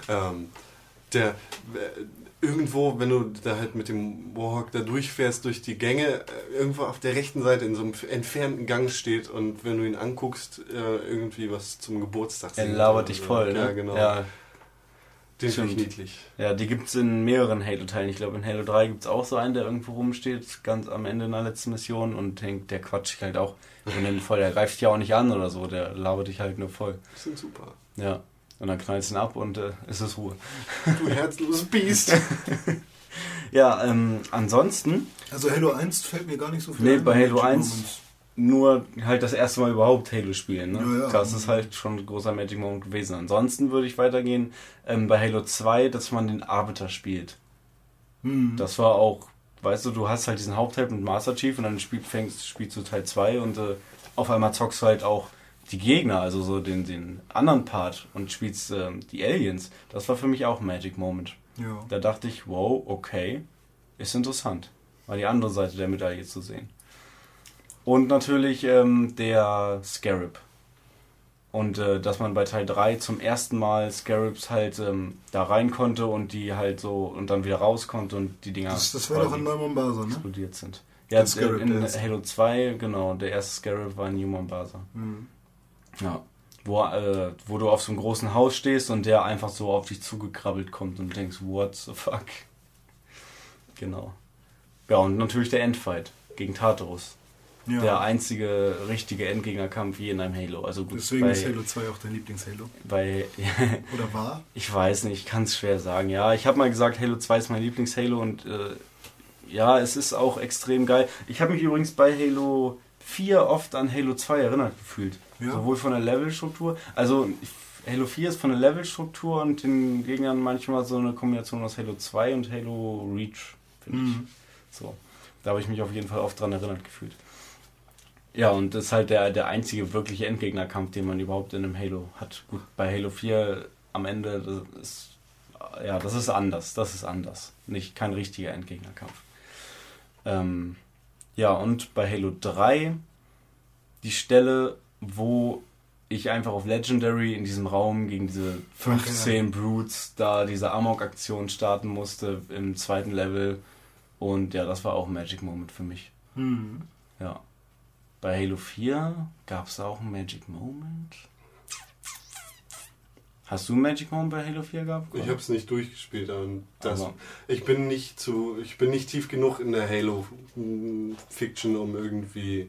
Irgendwo, wenn du da halt mit dem Warhawk da durchfährst durch die Gänge, irgendwo auf der rechten Seite in so einem entfernten Gang steht und wenn du ihn anguckst, irgendwie was zum Geburtstag Er labert dich voll, ne? Ja, genau. Ja, Den finde ich stimmt. niedlich. Ja, die gibt es in mehreren Halo-Teilen. Ich glaube, in Halo 3 gibt es auch so einen, der irgendwo rumsteht, ganz am Ende in der letzten Mission und der quatscht dich halt auch voll. Der greift dich ja auch nicht an oder so, der labert dich halt nur voll. Die sind super. Ja, und dann knallst du ihn ab und ist es Ruhe. Du herzloses Biest. Ja, ansonsten, Also Halo 1 fällt mir gar nicht so viel nee, ein. bei Halo Magic 1 Moments. nur halt das erste Mal überhaupt Halo spielen. Ne? Ja, ja. Das ist halt schon ein großer Magic Moment gewesen. Ansonsten würde ich weitergehen bei Halo 2, dass man den Arbiter spielt. Das war auch, weißt du hast halt diesen Hauptteil mit Master Chief und dann spielst du Teil 2 und auf einmal zockst du halt auch die Gegner, also so den anderen Part und spielst die Aliens. Das war für mich auch ein Magic Moment. Ja. Da dachte ich, wow, okay, ist interessant. Mal die andere Seite der Medaille zu sehen. Und natürlich der Scarab. Und dass man bei Teil 3 zum ersten Mal Scarabs halt da rein konnte und die halt so und dann wieder raus konnte und die Dinger Das war doch in New Mombasa, ne? explodiert sind. Ja, Der Scarab, in der ist- Halo 2, genau, der erste Scarab war in New Mombasa. Ja. Wo du auf so einem großen Haus stehst und der einfach so auf dich zugekrabbelt kommt und du denkst, what the fuck? Genau. Ja, und natürlich der Endfight gegen Tartarus. Ja. der einzige richtige Endgegnerkampf je in einem Halo. Also gut, Deswegen ist Halo 2 auch dein Lieblings-Halo. Oder war? Ich weiß nicht, ich kann es schwer sagen. Ja, ich habe mal gesagt, Halo 2 ist mein Lieblings-Halo und ja, es ist auch extrem geil. Ich habe mich übrigens bei Halo 4 oft an Halo 2 erinnert gefühlt. Ja. Sowohl von der Levelstruktur, also Halo 4 ist von der Levelstruktur und den Gegnern manchmal so eine Kombination aus Halo 2 und Halo Reach, finde ich. So, da habe ich mich auf jeden Fall oft dran erinnert gefühlt. Ja, und das ist halt der einzige wirkliche Endgegnerkampf, den man überhaupt in einem Halo hat. Gut, bei Halo 4 am Ende, das ist anders. Kein richtiger Endgegnerkampf. Ja, und bei Halo 3 die Stelle, wo ich einfach auf Legendary in diesem Raum gegen diese 15 Brutes da diese Amok-Aktion starten musste im zweiten Level. Und ja, das war auch ein Magic Moment für mich. Ja. Bei Halo 4 gab es auch einen Magic Moment. Hast du einen Magic Moment bei Halo 4 gehabt? Ich habe es nicht durchgespielt, aber ich bin nicht tief genug in der Halo-Fiction, um irgendwie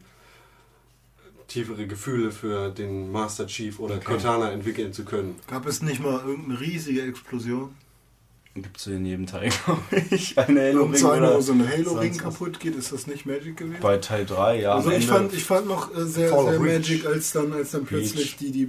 tiefere Gefühle für den Master Chief oder Cortana entwickeln zu können. Gab es nicht mal irgendeine riesige Explosion? Gibt es in jedem Teil, glaube ich. Eine Halo-Ring. So eine Halo-Ring kaputt geht, ist das nicht Magic gewesen? Bei Teil 3, ja. Also ich fand noch sehr Magic, als dann plötzlich die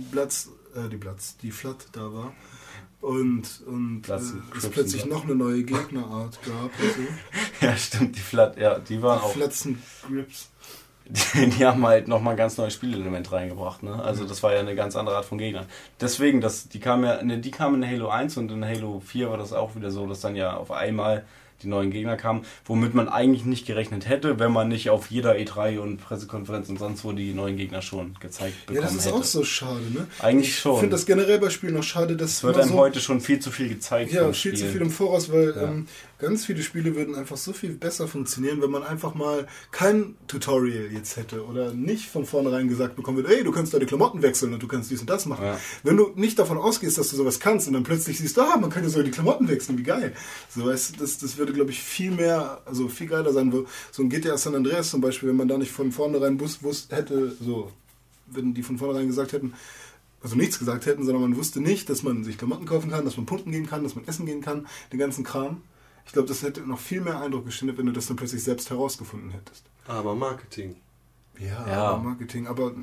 Flood da war. Und es plötzlich noch eine neue Gegnerart gab. Also. Ja, stimmt, die Flood, ja, die waren auch... Flatzen Grips. Die haben halt nochmal ein ganz neues Spielelement reingebracht, ne? Also das war ja eine ganz andere Art von Gegnern. Deswegen, die kamen in Halo 1 und in Halo 4 war das auch wieder so, dass dann ja auf einmal die neuen Gegner kamen, womit man eigentlich nicht gerechnet hätte, wenn man nicht auf jeder E3 und Pressekonferenz und sonst wo die neuen Gegner schon gezeigt bekommen hätte. Ja, das ist auch so schade, ne? Eigentlich schon. Ich finde das generell bei Spielen noch schade, dass es wird einem heute schon viel zu viel gezeigt. Ja, viel zu viel im Voraus, weil ganz viele Spiele würden einfach so viel besser funktionieren, wenn man einfach mal kein Tutorial jetzt hätte oder nicht von vornherein gesagt bekommen wird, ey, du kannst deine Klamotten wechseln und du kannst dies und das machen. Ja. Wenn du nicht davon ausgehst, dass du sowas kannst und dann plötzlich siehst, man kann ja so die Klamotten wechseln, wie geil. So, das würde, glaube ich, viel geiler sein. So ein GTA San Andreas zum Beispiel, wenn man da nicht von vornherein hätte, so, wenn die von vornherein gesagt hätten, also nichts gesagt hätten, sondern man wusste nicht, dass man sich Klamotten kaufen kann, dass man pumpen gehen kann, dass man essen gehen kann, den ganzen Kram. Ich glaube, das hätte noch viel mehr Eindruck gestindet, wenn du das dann plötzlich selbst herausgefunden hättest. Aber Marketing. Ja. Marketing, aber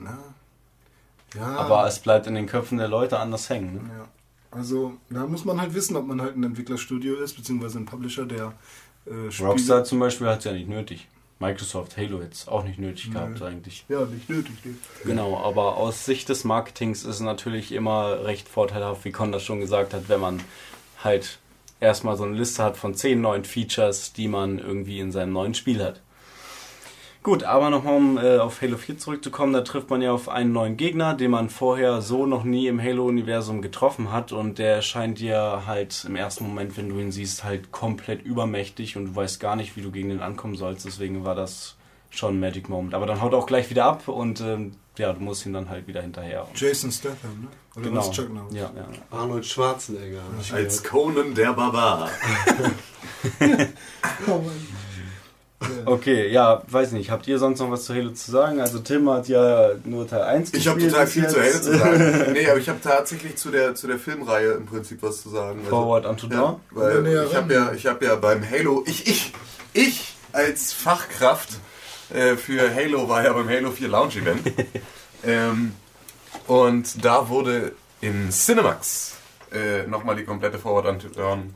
aber es bleibt in den Köpfen der Leute anders hängen. Ne? Ja. Also da muss man halt wissen, ob man halt ein Entwicklerstudio ist, beziehungsweise ein Publisher, der Rockstar zum Beispiel hat es ja nicht nötig. Microsoft, Halo jetzt auch nicht nötig gehabt eigentlich. Ja, nicht nötig. Genau, aber aus Sicht des Marketings ist es natürlich immer recht vorteilhaft, wie Con das schon gesagt hat, wenn man halt erstmal so eine Liste hat von 10 neuen Features, die man irgendwie in seinem neuen Spiel hat. Gut, aber nochmal um auf Halo 4 zurückzukommen, da trifft man ja auf einen neuen Gegner, den man vorher so noch nie im Halo-Universum getroffen hat und der erscheint dir halt im ersten Moment, wenn du ihn siehst, halt komplett übermächtig und du weißt gar nicht, wie du gegen den ankommen sollst, deswegen war das schon ein Magic Moment. Aber dann haut er auch gleich wieder ab und du musst ihn dann halt wieder hinterher. Jason Statham, ne? Oder genau. was Chuck Norris? Ja. Arnold Schwarzenegger. Als Conan der Barbar. Okay, ja, weiß nicht. Habt ihr sonst noch was zu Halo zu sagen? Also Tim hat ja nur Teil 1 gespielt. Ich habe total viel zu Halo zu sagen. Nee, aber ich habe tatsächlich zu der Filmreihe im Prinzip was zu sagen. Forward Unto Dawn? Ja, weil ich habe ja beim Halo... Ich als Fachkraft für Halo war ja beim Halo 4 Launch Event. Und da wurde in Cinemax nochmal die komplette Forward Unto Dawn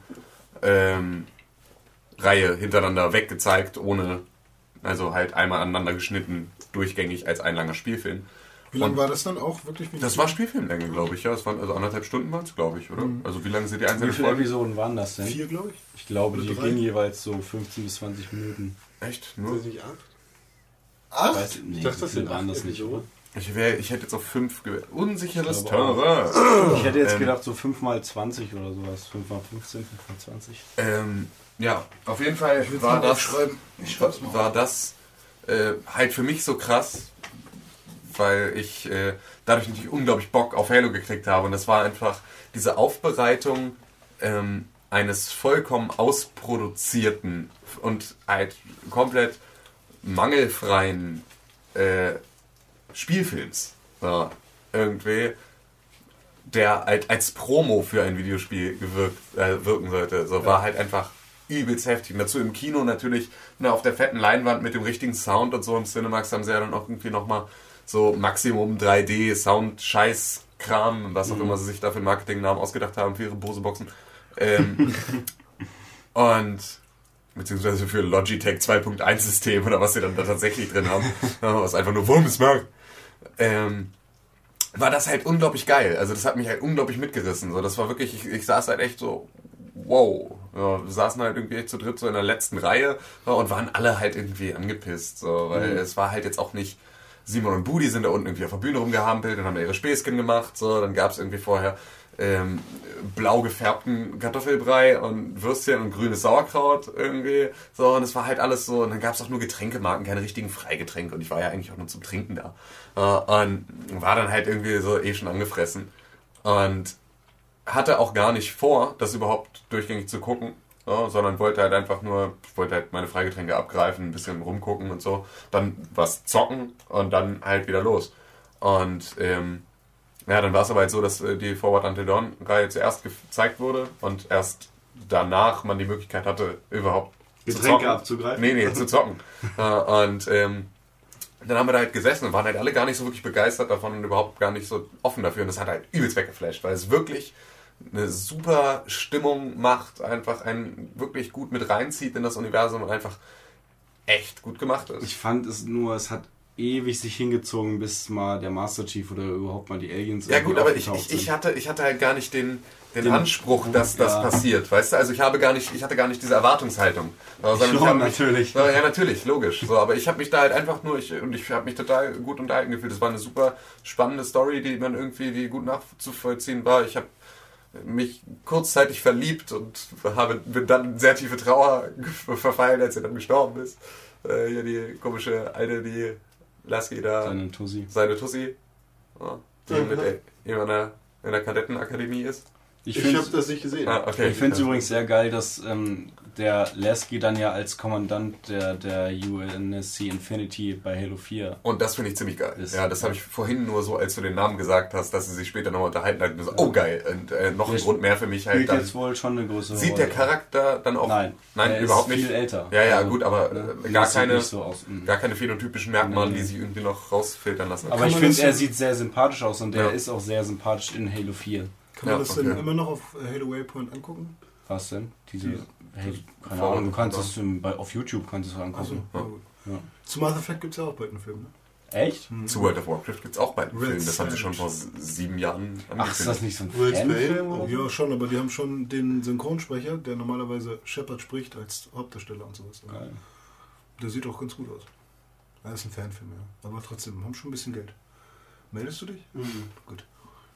Reihe hintereinander weggezeigt, also halt einmal aneinander geschnitten, durchgängig als ein langer Spielfilm. Wie lang war das dann auch wirklich? Das war Spielfilmlänge, glaube ich, ja. Es waren also 1,5 Stunden waren es, glaube ich, oder? Also wie lange sind die einzelnen Wie viele Episoden waren das denn? 4, glaube ich. Ich glaube, die gingen jeweils so 15 bis 20 Minuten. Echt? Nur? Sind nicht 8? 8? Nee, ich dachte, das waren das nicht, oder? Ich hätte jetzt auf 5 unsicheres Terrain. Ich hätte jetzt gedacht, so 5 mal 20 oder sowas. 5 mal 15, 5 mal 20. Ja, auf jeden Fall war das halt für mich so krass, weil ich dadurch natürlich unglaublich Bock auf Halo gekriegt habe. Und das war einfach diese Aufbereitung eines vollkommen ausproduzierten und halt komplett mangelfreien Spielfilms. Ja, irgendwie, der halt als Promo für ein Videospiel wirken sollte. So, war halt einfach übelst heftig. Und dazu im Kino natürlich, auf der fetten Leinwand mit dem richtigen Sound und so. Im Cinemax haben sie ja dann auch irgendwie nochmal so Maximum 3D Sound Scheiß-Kram, was auch immer sie sich da für einen Marketingnamen ausgedacht haben für ihre Bose-Boxen. Und beziehungsweise für Logitech 2.1 System oder was sie dann da tatsächlich drin haben, was einfach nur Wurm ist, mag. War das halt unglaublich geil. Also das hat mich halt unglaublich mitgerissen. So, das war wirklich, ich saß halt echt so, wow. Ja, wir saßen halt irgendwie echt zu dritt so in der letzten Reihe und waren alle halt irgendwie angepisst. So, weil es war halt jetzt auch nicht, Simon und Budi sind da unten irgendwie auf der Bühne rumgehampelt und haben ihre Späßchen gemacht. So, dann gab es irgendwie vorher blau gefärbten Kartoffelbrei und Würstchen und grünes Sauerkraut irgendwie. So, und es war halt alles so. Und dann gab es auch nur Getränkemarken, keine richtigen Freigetränke. Und ich war ja eigentlich auch nur zum Trinken da. Und war dann halt irgendwie so schon angefressen. Und hatte auch gar nicht vor, das überhaupt durchgängig zu gucken. So, sondern wollte halt meine Freigetränke abgreifen, ein bisschen rumgucken und so. Dann was zocken und dann halt wieder los. Und dann war es aber halt so, dass die Forward Until Dawn-Reihe zuerst gezeigt wurde und erst danach man die Möglichkeit hatte, überhaupt Getränke abzugreifen? Nee, zu zocken. Und dann haben wir da halt gesessen und waren halt alle gar nicht so wirklich begeistert davon und überhaupt gar nicht so offen dafür. Und das hat halt übelst weggeflasht, weil es wirklich eine super Stimmung macht, einfach einen wirklich gut mit reinzieht in das Universum und einfach echt gut gemacht ist. Ich fand es hat ewig sich hingezogen, bis mal der Master Chief oder überhaupt mal die Aliens. Ja gut, aber ich hatte halt gar nicht den Anspruch, dass das passiert, weißt du? Also ich hatte gar nicht diese Erwartungshaltung. Natürlich. Ja, natürlich, logisch. So, aber ich habe mich da halt einfach nur, ich habe mich total gut unterhalten gefühlt. Das war eine super spannende Story, die gut nachzuvollziehen war. Ich habe mich kurzzeitig verliebt und bin dann in sehr tiefe Trauer verfallen, als er dann gestorben ist. Hier die komische Alte, die Lasky da. Seine Tussi. Ja, die mit jemand in der Kadettenakademie ist. Ich habe das nicht gesehen. Okay. Ich finde es übrigens sehr geil, dass der Lasky dann ja als Kommandant der UNSC Infinity bei Halo 4. Und das finde ich ziemlich geil. Ja, das habe ich vorhin nur so, als du den Namen gesagt hast, dass sie sich später nochmal unterhalten hatten. So, oh geil. Und noch ein Grund mehr für mich halt. Spielt jetzt wohl schon eine größere Sieht Rolle. Der Charakter dann auch... Nein, überhaupt nicht. Viel älter. Ja, gut, aber gar keine phänotypischen Merkmale, die sie irgendwie noch rausfiltern lassen. Aber ich finde, er sieht sehr sympathisch aus und er ist auch sehr sympathisch in Halo 4. Kann man das denn immer noch auf Halo Waypoint angucken? Was denn? Keine Ahnung, du kannst es auf YouTube angucken. Also, ja. Zu Mass Effect gibt es ja auch bald einen Film, ne? Echt? Zu World of Warcraft gibt es auch bald einen Film. Das haben sie schon vor 7 Jahren angekündigt. Ach, ist das nicht so ein Fanfilm? Ja, schon, aber die haben schon den Synchronsprecher, der normalerweise Shepard spricht, als Hauptdarsteller und sowas. Geil. Der sieht auch ganz gut aus. Er ist ein Fanfilm, ja. Aber trotzdem, haben schon ein bisschen Geld. Meldest du dich? Gut.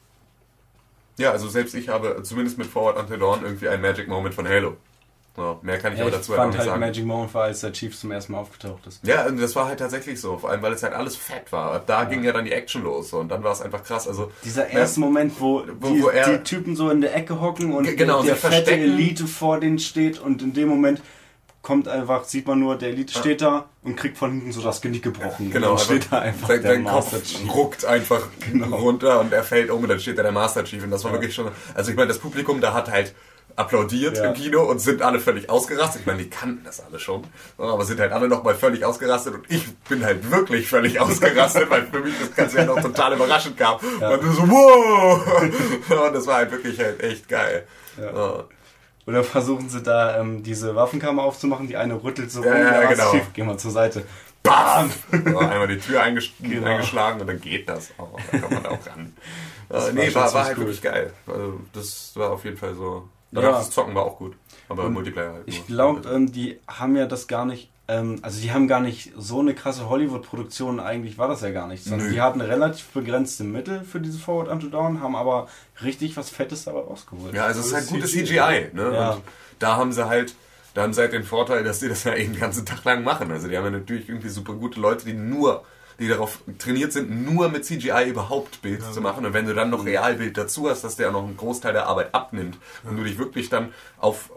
Ja, also selbst ich habe zumindest mit Forward Until Dawn irgendwie einen Magic Moment von Halo. So, mehr kann ich aber dazu halt nicht sagen. Magic Moment war, als der Chief zum ersten Mal aufgetaucht ist. Ja, das war halt tatsächlich so, vor allem weil es halt alles fett war. Da ging ja dann die Action los und dann war es einfach krass. Also dieser erste Moment, wo die Typen so in der Ecke hocken und der fette Elite vor denen steht und in dem Moment sieht man nur, der Elite steht da und kriegt von hinten so das Genick gebrochen. Genau, und dann steht da einfach der Master Chief. Kopf ruckt einfach runter und er fällt um und dann steht da der Master Chief und das war wirklich schon, also ich meine, das Publikum da hat halt applaudiert im Kino und sind alle völlig ausgerastet. Ich meine, die kannten das alle schon, aber sind halt alle nochmal völlig ausgerastet und ich bin halt wirklich völlig ausgerastet, weil für mich das Ganze ja noch total überraschend kam. Ja. Und so, wow! Und das war halt wirklich halt echt geil. Ja. Oder versuchen sie da diese Waffenkammer aufzumachen, die eine rüttelt so rum, genau. Schief, geh mal zur Seite. Bam! So, einmal die Tür eingeschlagen und dann geht das. Oh, da kommt man da auch ran. War halt wirklich geil. Also, das war auf jeden Fall so. Das Zocken war auch gut. Aber und Multiplayer halt. Ich glaube, die haben ja das gar nicht. Also die haben gar nicht so eine krasse Hollywood-Produktion, eigentlich war das ja gar nicht. Sondern die hatten relativ begrenzte Mittel für diese Forward Until Dawn, haben aber richtig was Fettes dabei rausgeholt. Ja, also es ist halt gutes CGI. Ne? Ja. Und da haben sie halt den Vorteil, dass die das ja den ganzen Tag lang machen. Also die haben ja natürlich irgendwie super gute Leute, die darauf trainiert sind, nur mit CGI überhaupt Bild zu machen. Und wenn du dann noch Realbild dazu hast, dass der auch noch einen Großteil der Arbeit abnimmt und du dich wirklich dann auf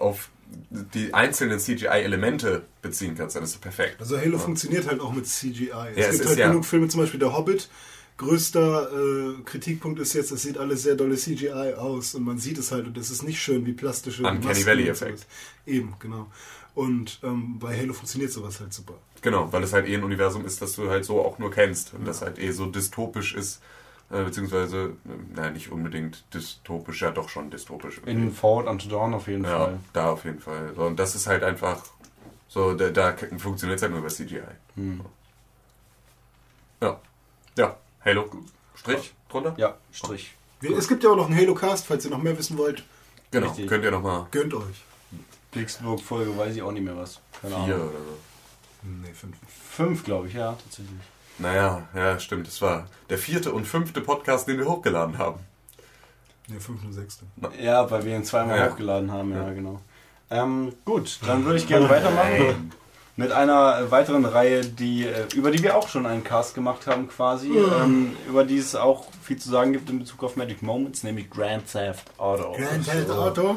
die einzelnen CGI-Elemente beziehen kannst, dann ist es perfekt. Also Halo funktioniert halt auch mit CGI. Ja, Es gibt halt genug Filme, zum Beispiel Der Hobbit. Größter Kritikpunkt ist jetzt, es sieht alles sehr dolle CGI aus und man sieht es halt und es ist nicht schön wie plastische Uncanny Valley-Effekt. Eben, genau. Und bei Halo funktioniert sowas halt super. Genau, weil es halt ein Universum ist, das du halt so auch nur kennst und das halt so dystopisch ist, beziehungsweise, nicht unbedingt dystopisch, ja doch schon dystopisch. In Forward Unto Dawn auf jeden Fall. Ja, da auf jeden Fall. So, und das ist halt einfach so, da funktioniert es halt nur über CGI. Ja, Halo, Strich drunter? Ja, Strich. Es gibt ja auch noch einen Halo-Cast, falls ihr noch mehr wissen wollt. Genau, Richtig. könnt ihr nochmal Gönnt euch. Pixelburg-Folge weiß ich auch nicht mehr was. Keine 4 Ahnung. oder so. Nee, 5. 5, glaube ich, ja, tatsächlich. Naja, ja, stimmt. Das war der 4. und 5. Podcast, den wir hochgeladen haben. Nee, 5. und 6. Ja, weil wir ihn zweimal Ja. hochgeladen haben, ja, genau. Gut, dann würde ich gerne weitermachen mit einer weiteren Reihe, über die wir auch schon einen Cast gemacht haben quasi, über die es auch viel zu sagen gibt in Bezug auf Magic Moments, nämlich Grand Theft Auto. Grand Theft Auto.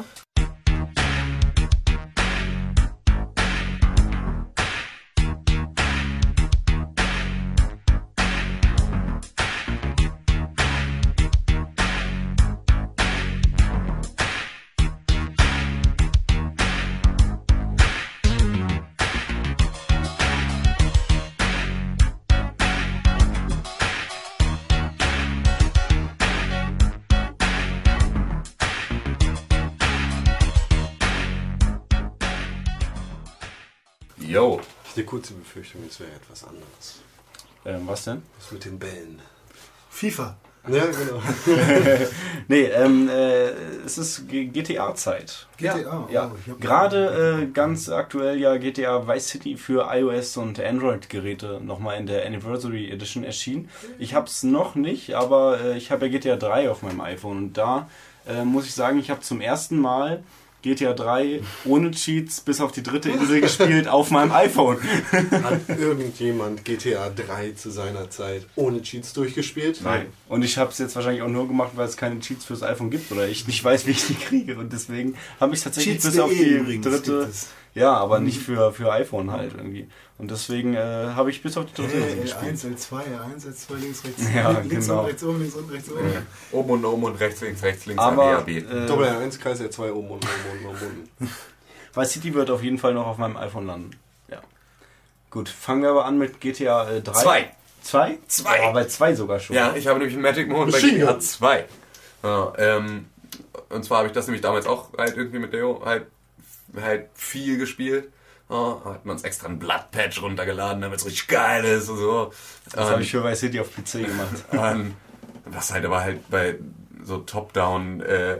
Yo. Ich habe eine kurze Befürchtung, es wäre etwas anderes. Was denn? Was mit den Bällen? FIFA. Ja, genau. Nee, es ist GTA-Zeit. GTA. Ja, Oh, ich hab- gerade ganz aktuell ja GTA Vice City für iOS und Android-Geräte nochmal in der Anniversary Edition erschienen. Ich habe es noch nicht, aber ich habe ja GTA 3 auf meinem iPhone und da muss ich sagen, ich habe zum ersten Mal GTA 3 ohne Cheats bis auf die 3. Insel gespielt auf meinem iPhone. Hat irgendjemand GTA 3 zu seiner Zeit ohne Cheats durchgespielt? Nein. Und ich habe es jetzt wahrscheinlich auch nur gemacht, weil es keine Cheats fürs iPhone gibt oder ich nicht weiß, wie ich die kriege. Und deswegen habe ich tatsächlich bis auf die übrigens 3. gibt es. Ja, aber nicht für iPhone halt irgendwie. Und deswegen habe ich bis auf die 3. Insel gespielt. L1, L2, L1, L2, links, rechts. Ja, links genau. und rechts oben, links und rechts oben. Oben und rechts, links, Aber AB. Doppel R1, Kreis R2, oben und unten. Vice City wird auf jeden Fall noch auf meinem iPhone landen. Ja. Gut, fangen wir aber an mit GTA 3. 2. 2? Zwei. Oh, bei 2 sogar schon. Ja, ich habe nämlich einen Magic Moment bei Machine GTA Gun. 2. Ja, und zwar habe ich das nämlich damals auch halt irgendwie mit Leo halt viel gespielt. Ja, hat man uns extra einen Blood-Patch runtergeladen, damit es richtig geil ist und so. Das habe ich für Vice City auf PC gemacht. Was halt aber halt bei so Top-Down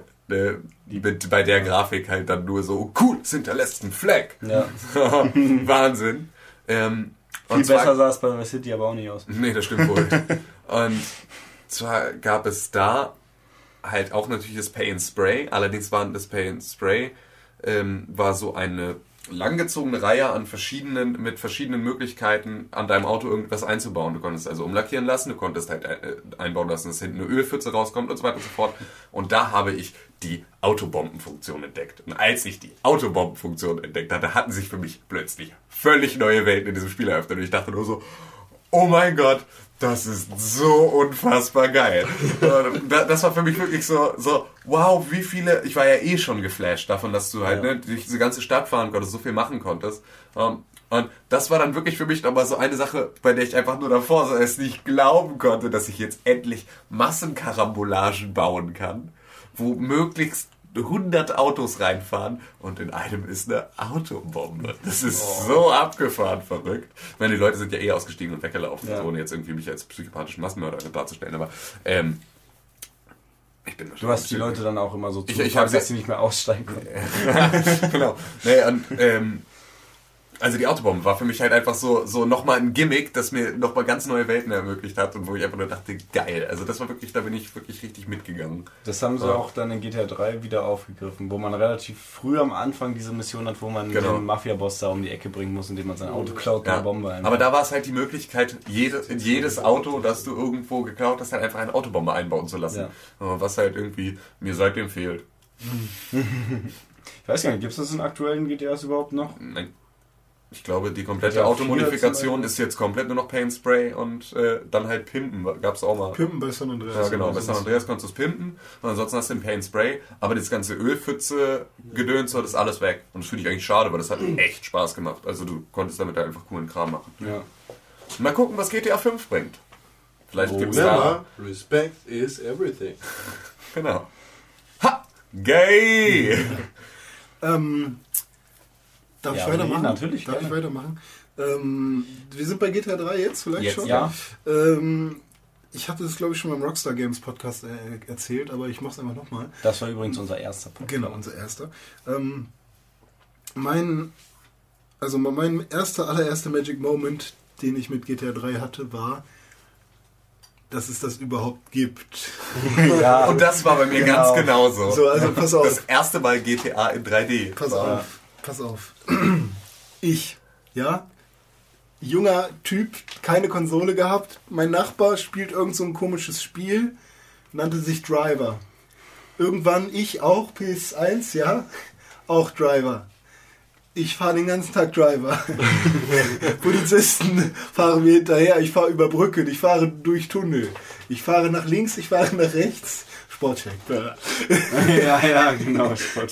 bei der Grafik halt dann nur so cool, es hinterlässt einen Fleck. Ja. Wahnsinn. Viel Und zwar- besser sah es bei Vice City aber auch nicht aus. Nee, das stimmt wohl. Und zwar gab es da halt auch natürlich das Pay and Spray. Allerdings war das Pay and Spray war so eine langgezogene Reihe mit verschiedenen Möglichkeiten an deinem Auto irgendwas einzubauen. Du konntest also umlackieren lassen, du konntest halt einbauen lassen, dass hinten eine Ölpfütze rauskommt und so weiter und so fort. Und da habe ich die Autobombenfunktion entdeckt. Und als ich die Autobombenfunktion entdeckt hatte, hatten sich für mich plötzlich völlig neue Welten in diesem Spiel eröffnet. Und ich dachte nur so, oh mein Gott, das ist so unfassbar geil. Das war für mich wirklich so, wow, wie viele, ich war ja eh schon geflasht davon, dass du halt durch diese ganze Stadt fahren konntest, so viel machen konntest. Und das war dann wirklich für mich nochmal so eine Sache, bei der ich einfach nur davor so es nicht glauben konnte, dass ich jetzt endlich Massenkarambolagen bauen kann, wo möglichst 100 Autos reinfahren und in einem ist eine Autobombe. Das ist so abgefahren verrückt. Ich meine, die Leute sind ja eh ausgestiegen und weggelaufen, ohne jetzt irgendwie mich als psychopathischen Massenmörder darzustellen, aber ich bin Du hast die Leute dann auch immer so ich hab dass sie nicht mehr aussteigen konnten. genau. Nee, und, also die Autobombe war für mich halt einfach so nochmal ein Gimmick, das mir nochmal ganz neue Welten ermöglicht hat und wo ich einfach nur dachte, geil. Also das war wirklich, da bin ich wirklich richtig mitgegangen. Das haben sie auch dann in GTA 3 wieder aufgegriffen, wo man relativ früh am Anfang diese Mission hat, wo man den Mafia-Boss da um die Ecke bringen muss, indem man sein Auto klaut und eine Bombe einbaut. Aber da war es halt die Möglichkeit, in jedes Auto, das du irgendwo geklaut hast, halt einfach eine Autobombe einbauen zu lassen. Was halt irgendwie mir seitdem fehlt. Ich weiß gar nicht, gibt es das in aktuellen GTAs überhaupt noch? Nein. Ich glaube, die komplette Ja, Automodifikation ist jetzt komplett nur noch Paint Spray und dann halt Pimpen. Gab es auch mal. Pimpen bei San Andreas. Ja, genau. Bei San Andreas konntest du es pimpen und ansonsten hast du den Paint Spray. Aber das ganze Ölpfütze-Gedöns, das ist alles weg. Und das finde ich eigentlich schade, weil das hat echt Spaß gemacht. Also du konntest damit einfach coolen Kram machen. Ja. Mal gucken, was GTA 5 bringt. Vielleicht gibt es Ja, da... Respect is everything. Genau. Ha! Gay! Darf Ja, ich weitermachen? nee, natürlich, Darf ich gerne. weitermachen? Wir sind bei GTA 3 jetzt vielleicht Jetzt, schon. ja. Ich hatte das, glaube ich, schon beim Rockstar Games Podcast erzählt, aber ich mache es einfach nochmal. Das war übrigens unser erster Punkt. Genau, unser erster. Mein allererster Magic Moment, den ich mit GTA 3 hatte, war, dass es das überhaupt gibt. Ja. Und das war bei mir Genau. ganz genauso. So, also pass auf. Das erste Mal GTA in 3D. Pass auf. Ich, ja, junger Typ, keine Konsole gehabt. Mein Nachbar spielt irgend so ein komisches Spiel, nannte sich Driver. Irgendwann ich auch, PS1, ja, auch Driver. Ich fahre den ganzen Tag Driver. Polizisten fahren mir hinterher, ich fahre über Brücken, ich fahre durch Tunnel. Ich fahre nach links, ich fahre nach rechts. Sportcheck. ja, genau.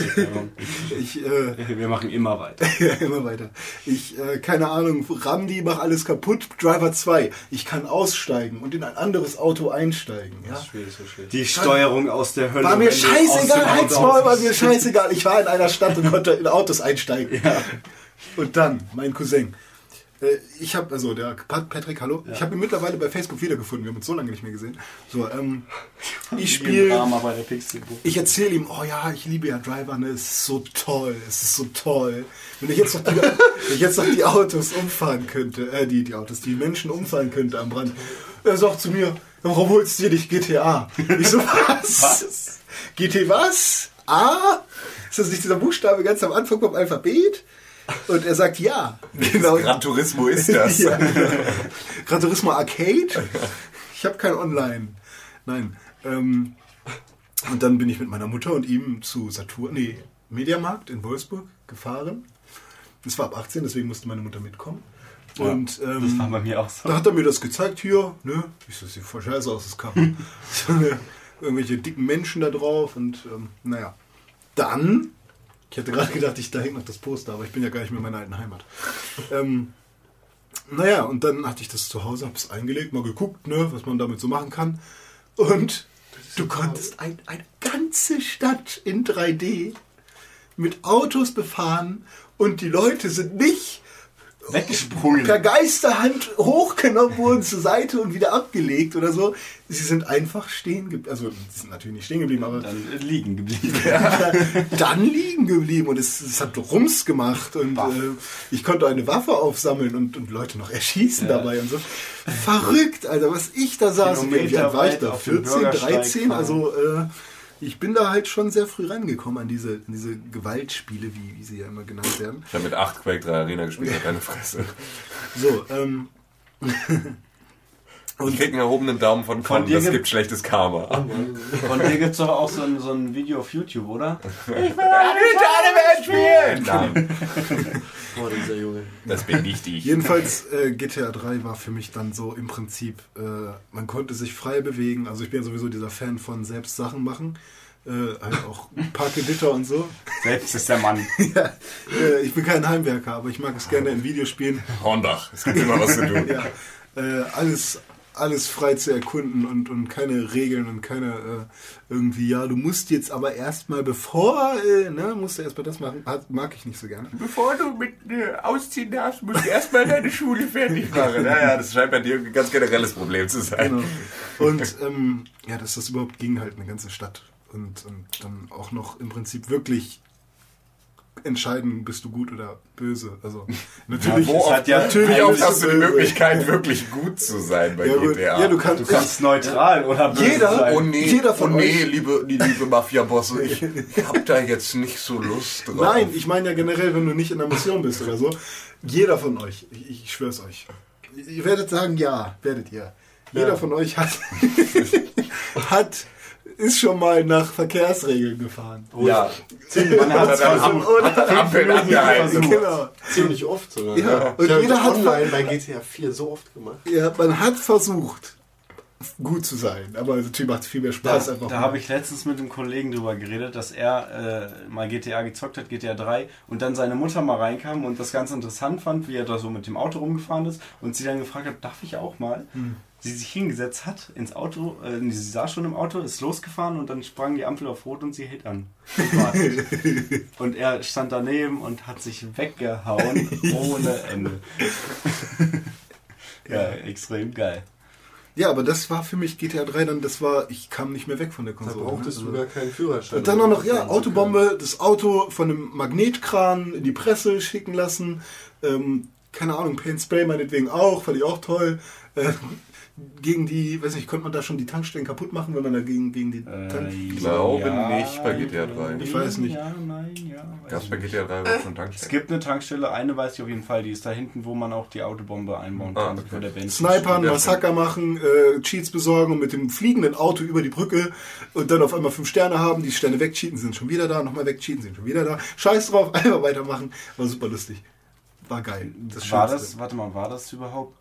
Wir machen immer weiter. Ja, immer weiter. Keine Ahnung, Ramdi, mach alles kaputt, Driver 2. Ich kann aussteigen und in ein anderes Auto einsteigen. Ja? Das Spiel ist so schwierig. Die Steuerung aus der Hölle. War mir wenn du aus scheißegal, dem Auto Heizmaul, war aus- mir scheißegal. Ich war in einer Stadt und konnte in Autos einsteigen. Ja. Und dann, mein Cousin. Ich habe, also der Patrick, hallo. Ich habe ihn mittlerweile bei Facebook wiedergefunden. Wir haben uns so lange nicht mehr gesehen. So, ich spiele. Drama bei der Pixelbook. Ich erzähle ihm, oh ja, ich liebe ja Driver, ne, es ist so toll, es ist so toll. Wenn ich jetzt noch die Autos umfahren könnte, die Menschen umfahren könnte am Rand. Er sagt zu mir, warum holst du dir nicht GTA? Ich so, was? GT was? A? Ist das nicht dieser Buchstabe ganz am Anfang vom Alphabet? Und er sagt, ja. Genau. Gran Turismo ist das. Ja. Gran Turismo Arcade? Ich habe kein Online. Nein. Und dann bin ich mit meiner Mutter und ihm zu Mediamarkt in Wolfsburg gefahren. Das war ab 18, deswegen musste meine Mutter mitkommen. Ja, Und das war bei mir auch so. da hat er mir das gezeigt, hier, ne? Ich so, das sieht voll scheiße aus, das Cover. So, irgendwelche dicken Menschen da drauf und naja. Dann, ich hätte gerade gedacht, da hängt noch das Poster, aber ich bin ja gar nicht mehr in meiner alten Heimat. Naja, und dann hatte ich das zu Hause, hab's eingelegt, mal geguckt, ne, was man damit so machen kann. Und du konntest eine ganze Stadt in 3D mit Autos befahren und die Leute sind nicht Weggesprungen. per Geisterhand hochgenommen wurden zur Seite und wieder abgelegt oder so. Sie sind einfach stehen geblieben. Also, sie sind natürlich nicht stehen geblieben, aber Dann liegen geblieben. dann liegen geblieben und es hat Rums gemacht und ich konnte eine Waffe aufsammeln und Leute noch erschießen dabei und so. Verrückt, Alter, was ich da saß. Wie alt war ich da? auf den 14, Bürgersteig 13? fahren. Also, ich bin da halt schon sehr früh rangekommen an diese Gewaltspiele, wie sie ja immer genannt werden. Ich habe mit 8 Quake 3 Arena gespielt, keine Fresse. So, Ich krieg einen erhobenen Daumen von Con, dir das gibt- gibt schlechtes Karma. Von dir gibt es doch auch so ein Video auf YouTube, oder? Nein, Oh, dieser Junge. das bin nicht ich. jedenfalls GTA 3 war für mich dann so im Prinzip, man konnte sich frei bewegen. Also ich bin ja sowieso dieser Fan von selbst Sachen machen. Halt auch Parkeditor und so. Selbst ist der Mann. Ja, ich bin kein Heimwerker, aber ich mag es gerne in Videospielen. Hornbach, es gibt immer was zu tun. Ja, alles frei zu erkunden und keine Regeln und keine irgendwie, ja, du musst jetzt aber erstmal musst du erstmal das machen. Mag ich nicht so gerne. Bevor du mit ausziehen darfst, musst du erstmal deine Schule fertig machen. Naja, das scheint bei dir ein ganz generelles Problem zu sein. Genau. Und ja, dass das überhaupt ging, halt eine ganze Stadt. Und dann auch noch im Prinzip wirklich entscheiden, bist du gut oder böse. Also natürlich Wo Es hat ja- natürlich auch bist hast du die böse. Möglichkeit, wirklich gut zu sein bei Ja, gut. GTA. Ja, du kannst neutral oder böse Jeder- sein. Oh nee, Jeder von euch- liebe Mafia-Bosse, ich hab da jetzt nicht so Lust drauf. Nein, ich meine ja generell, wenn du nicht in der Mission bist oder so. Jeder von euch, ich schwör's euch. Ihr werdet sagen, ja, werdet ihr. Jeder von euch hat ist schon mal nach Verkehrsregeln gefahren. Ja, Man hat dann Ampeln angehalten. Genau. ziemlich oft sogar. Ja, und Ich habe jeder das hat online bei GTA 4 so oft gemacht. Ja, man hat versucht, gut zu sein, aber natürlich macht es viel mehr Spaß. einfach Da mal. habe ich letztens mit einem Kollegen drüber geredet, dass er mal GTA gezockt hat, GTA 3, und dann seine Mutter mal reinkam und das ganz interessant fand, wie er da so mit dem Auto rumgefahren ist, und sie dann gefragt hat, darf ich auch mal? Sie sich hingesetzt hat ins Auto, sie saß schon im Auto, ist losgefahren und dann sprang die Ampel auf Rot und sie hält an. Und er stand daneben und hat sich weggehauen ohne Ende. Ja, extrem geil. Ja, aber das war für mich GTA 3 dann, ich kam nicht mehr weg von der Da Konsole. brauchtest Also- du gar keinen Führerschein. Und dann auch noch, um ja, fahren zu Autobombe, das Auto von einem Magnetkran in die Presse schicken lassen. Keine Ahnung, Paint Spray meinetwegen auch, fand ich auch toll. Gegen die, weiß nicht, konnte man da schon die Tankstellen kaputt machen, wenn man dagegen gegen die Ich glaube nicht bei GTA 3. Ich weiß nicht. Ja, nein, ja. Gab es bei GTA 3 auch schon Es Tankstellen? gibt eine Tankstelle, eine weiß ich auf jeden Fall, die ist da hinten, wo man auch die Autobombe einbauen kann. okay. Für der Benzin. Snipern, Ja, Massaker machen, Cheats besorgen und mit dem fliegenden Auto über die Brücke und dann auf einmal 5 Sterne haben, die Sterne wegcheaten, sind schon wieder da, nochmal wegcheaten, sind schon wieder da. Scheiß drauf, einfach weitermachen. War super lustig. War geil. War das überhaupt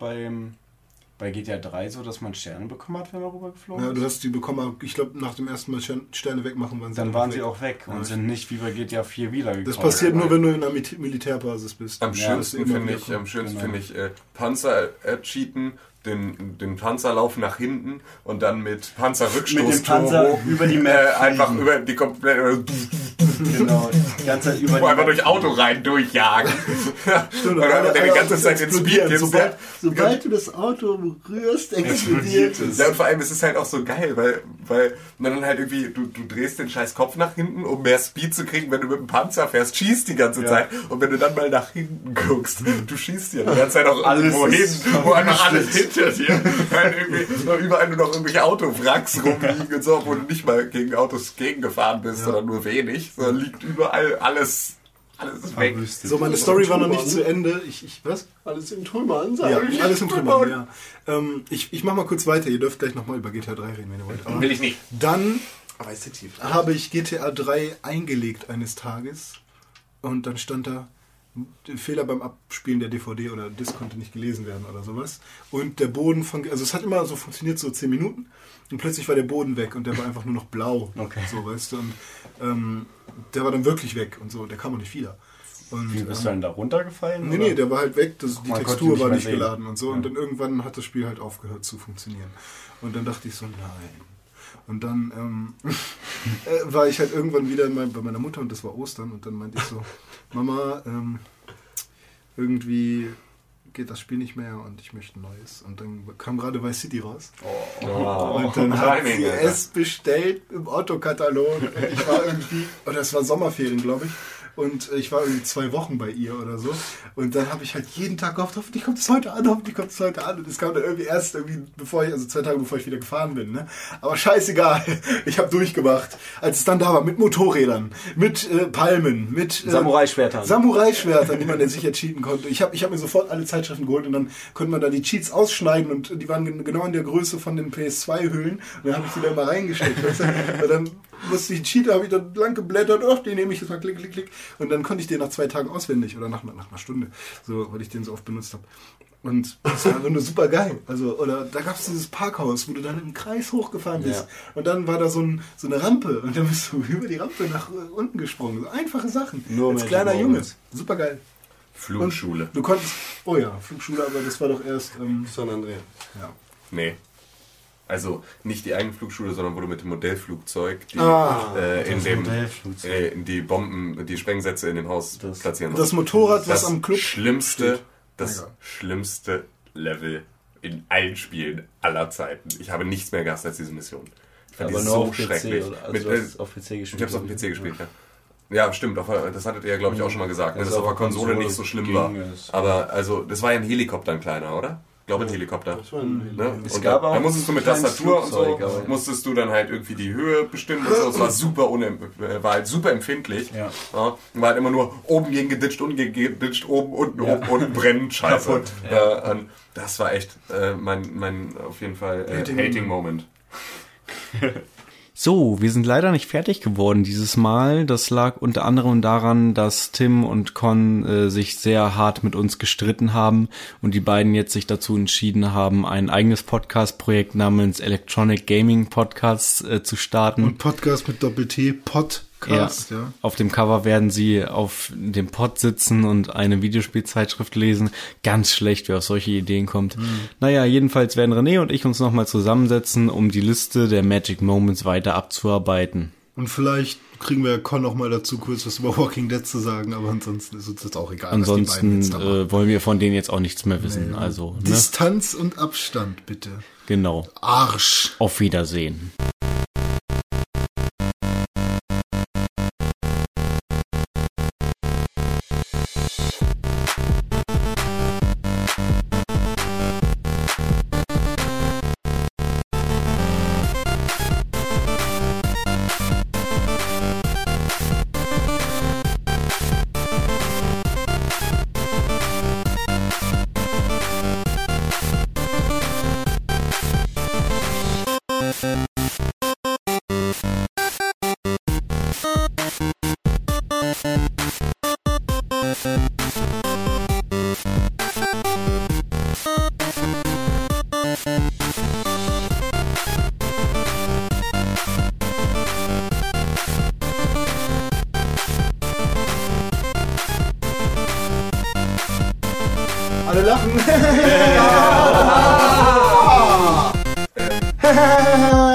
bei GTA 3 so, dass man Sterne bekommen hat, wenn man rübergeflogen Ja, ist? du hast die bekommen, ich glaube, nach dem ersten Mal Sterne wegmachen, waren sie Dann dann waren weg. sie auch weg und sind nicht wie bei GTA 4 wiedergekommen. Das passiert nur, wenn du in einer Militärbasis bist. Am Ja, schönsten das ist immer finde wieder ich, cool. finde ich Panzer cheaten, den Panzerlauf nach hinten und dann mit Panzerrückstoß Mit dem Panzer über die Map einfach fliegen. über die komplette Genau, die ganze Zeit über die einfach Map durch Auto rein durchjagen. Stimmt, Oder alle- der die alle ganze Autos Zeit den Speed explodieren. gibst. Sobald du das Auto berührst, explodiert es. Ja, und vor allem ist es halt auch so geil, weil man dann halt irgendwie, du drehst den scheiß Kopf nach hinten, um mehr Speed zu kriegen, wenn du mit dem Panzer fährst, schießt die ganze Zeit. Und wenn du dann mal nach hinten guckst, du schießt ja die ganze Zeit auch Alles irgendwo hin, ist wo einfach alles hinter dir, weil irgendwie überall nur noch irgendwelche Autowracks rumliegen und so, obwohl du nicht mal gegen Autos gegengefahren bist, sondern nur wenig, sondern liegt überall alles ist weg. So, meine Story war noch nicht zu Ende. Was? Alles in Trümmern, Ja, sag ich. alles im Trümmern, ja. Ich mach mal kurz weiter. Ihr dürft gleich nochmal über GTA 3 reden, wenn ihr wollt. Aber Will ich nicht. dann Aber ist ja tief. habe ich GTA 3 eingelegt eines Tages und dann stand da Fehler beim Abspielen der DVD oder Disc konnte nicht gelesen werden oder sowas. Und der Boden also es hat immer so funktioniert, so 10 Minuten und plötzlich war der Boden weg und der war einfach nur noch blau. Okay. So, weißt du, und der war dann wirklich weg und so, der kam auch nicht wieder. Und, Wie bist du denn da runtergefallen? Nee, oder? nee, der war halt weg, die Man konnte Textur nicht war mehr nicht sehen. geladen und so. Ja. Und dann irgendwann hat das Spiel halt aufgehört zu funktionieren. Und dann dachte ich so, nein. Und dann war ich halt irgendwann wieder bei meiner Mutter und das war Ostern. Und dann meinte ich so, Mama, irgendwie geht das Spiel nicht mehr und ich möchte ein neues. Und dann kam gerade Vice City raus. Und dann hat sie es bestellt im Autokatalog. Und ich war irgendwie, oder es war Sommerferien, glaube ich. Und ich war irgendwie 2 Wochen bei ihr oder so. Und dann habe ich halt jeden Tag gehofft, hoffentlich kommt es heute an, hoffentlich kommt es heute an. Und es kam dann irgendwie erst 2 Tage bevor ich wieder gefahren bin. Ne? Aber scheißegal, ich habe durchgemacht. Als es dann da war, mit Motorrädern, mit Palmen, mit Samurai-Schwertern, die man dann sicher cheaten konnte. Ich hab mir sofort alle Zeitschriften geholt und dann konnte man da die Cheats ausschneiden und die waren genau in der Größe von den PS2-Hüllen. Und dann habe ich die da immer reingesteckt. Weißt du? Und dann musste ich Cheater, habe ich dann lang geblättert, den nehme ich jetzt mal, klick, klick, klick. Und dann konnte ich den nach 2 Tagen auswendig oder nach einer Stunde, so, weil ich den so oft benutzt habe. Und das war nur super geil. Also, oder da gab es dieses Parkhaus, wo du dann im Kreis hochgefahren bist. Ja. Und dann war da so eine Rampe und dann bist du über die Rampe nach unten gesprungen. So einfache Sachen. Nur als kleiner Junge. Super geil. Flugschule. Und du konntest, oh ja, Flugschule, aber das war doch erst San Andreas. Ja. Nee. Also nicht die eigene Flugschule, sondern wo du mit dem Modellflugzeug die Bomben, die Sprengsätze in dem Haus platzieren musst. Das Motorrad, was am Club schlimmste Level in allen Spielen aller Zeiten. Ich habe nichts mehr gehasst als diese Mission. Ich fand die so schrecklich. Also du hast auf PC gespielt. Ich habe es auf dem PC gespielt, ja. Ja, stimmt. Das hattet ihr ja, glaube ich, auch schon mal gesagt, dass es auf der Konsole nicht so schlimm war. Aber also, das war ja ein Helikopter, ein kleiner, oder? Ich glaube, ein Helikopter. Das war ein Ne? Es Und gab auch da musstest du mit ein kleines Tastatur und so, Flugzeug, musstest du dann halt irgendwie die Höhe bestimmen und so. Es war halt super empfindlich. Ja. Ja, war halt immer nur oben gegen geditscht, unten gegen geditscht, oben, unten, brennen, scheiße. Kaputt. Und das war echt mein auf jeden Fall Hating Moment. So, wir sind leider nicht fertig geworden dieses Mal. Das lag unter anderem daran, dass Tim und Con sich sehr hart mit uns gestritten haben und die beiden jetzt sich dazu entschieden haben, ein eigenes Podcast-Projekt namens Electronic Gaming Podcasts zu starten. Und Podcast mit Doppel-T, Podcast, ja. Auf dem Cover werden sie auf dem Pod sitzen und eine Videospielzeitschrift lesen. Ganz schlecht, wer auf solche Ideen kommt. Naja, jedenfalls werden René und ich uns nochmal zusammensetzen, um die Liste der Magic Moments weiter abzuarbeiten. Und vielleicht kriegen wir Con noch mal dazu kurz was über Walking Dead zu sagen, aber ansonsten ist uns das auch egal. Ansonsten was die beiden jetzt da machen. wollen wir von denen jetzt auch nichts mehr wissen. Nee. Also, ne? Distanz und Abstand, bitte. Genau. Arsch. Auf Wiedersehen. Alle lachen.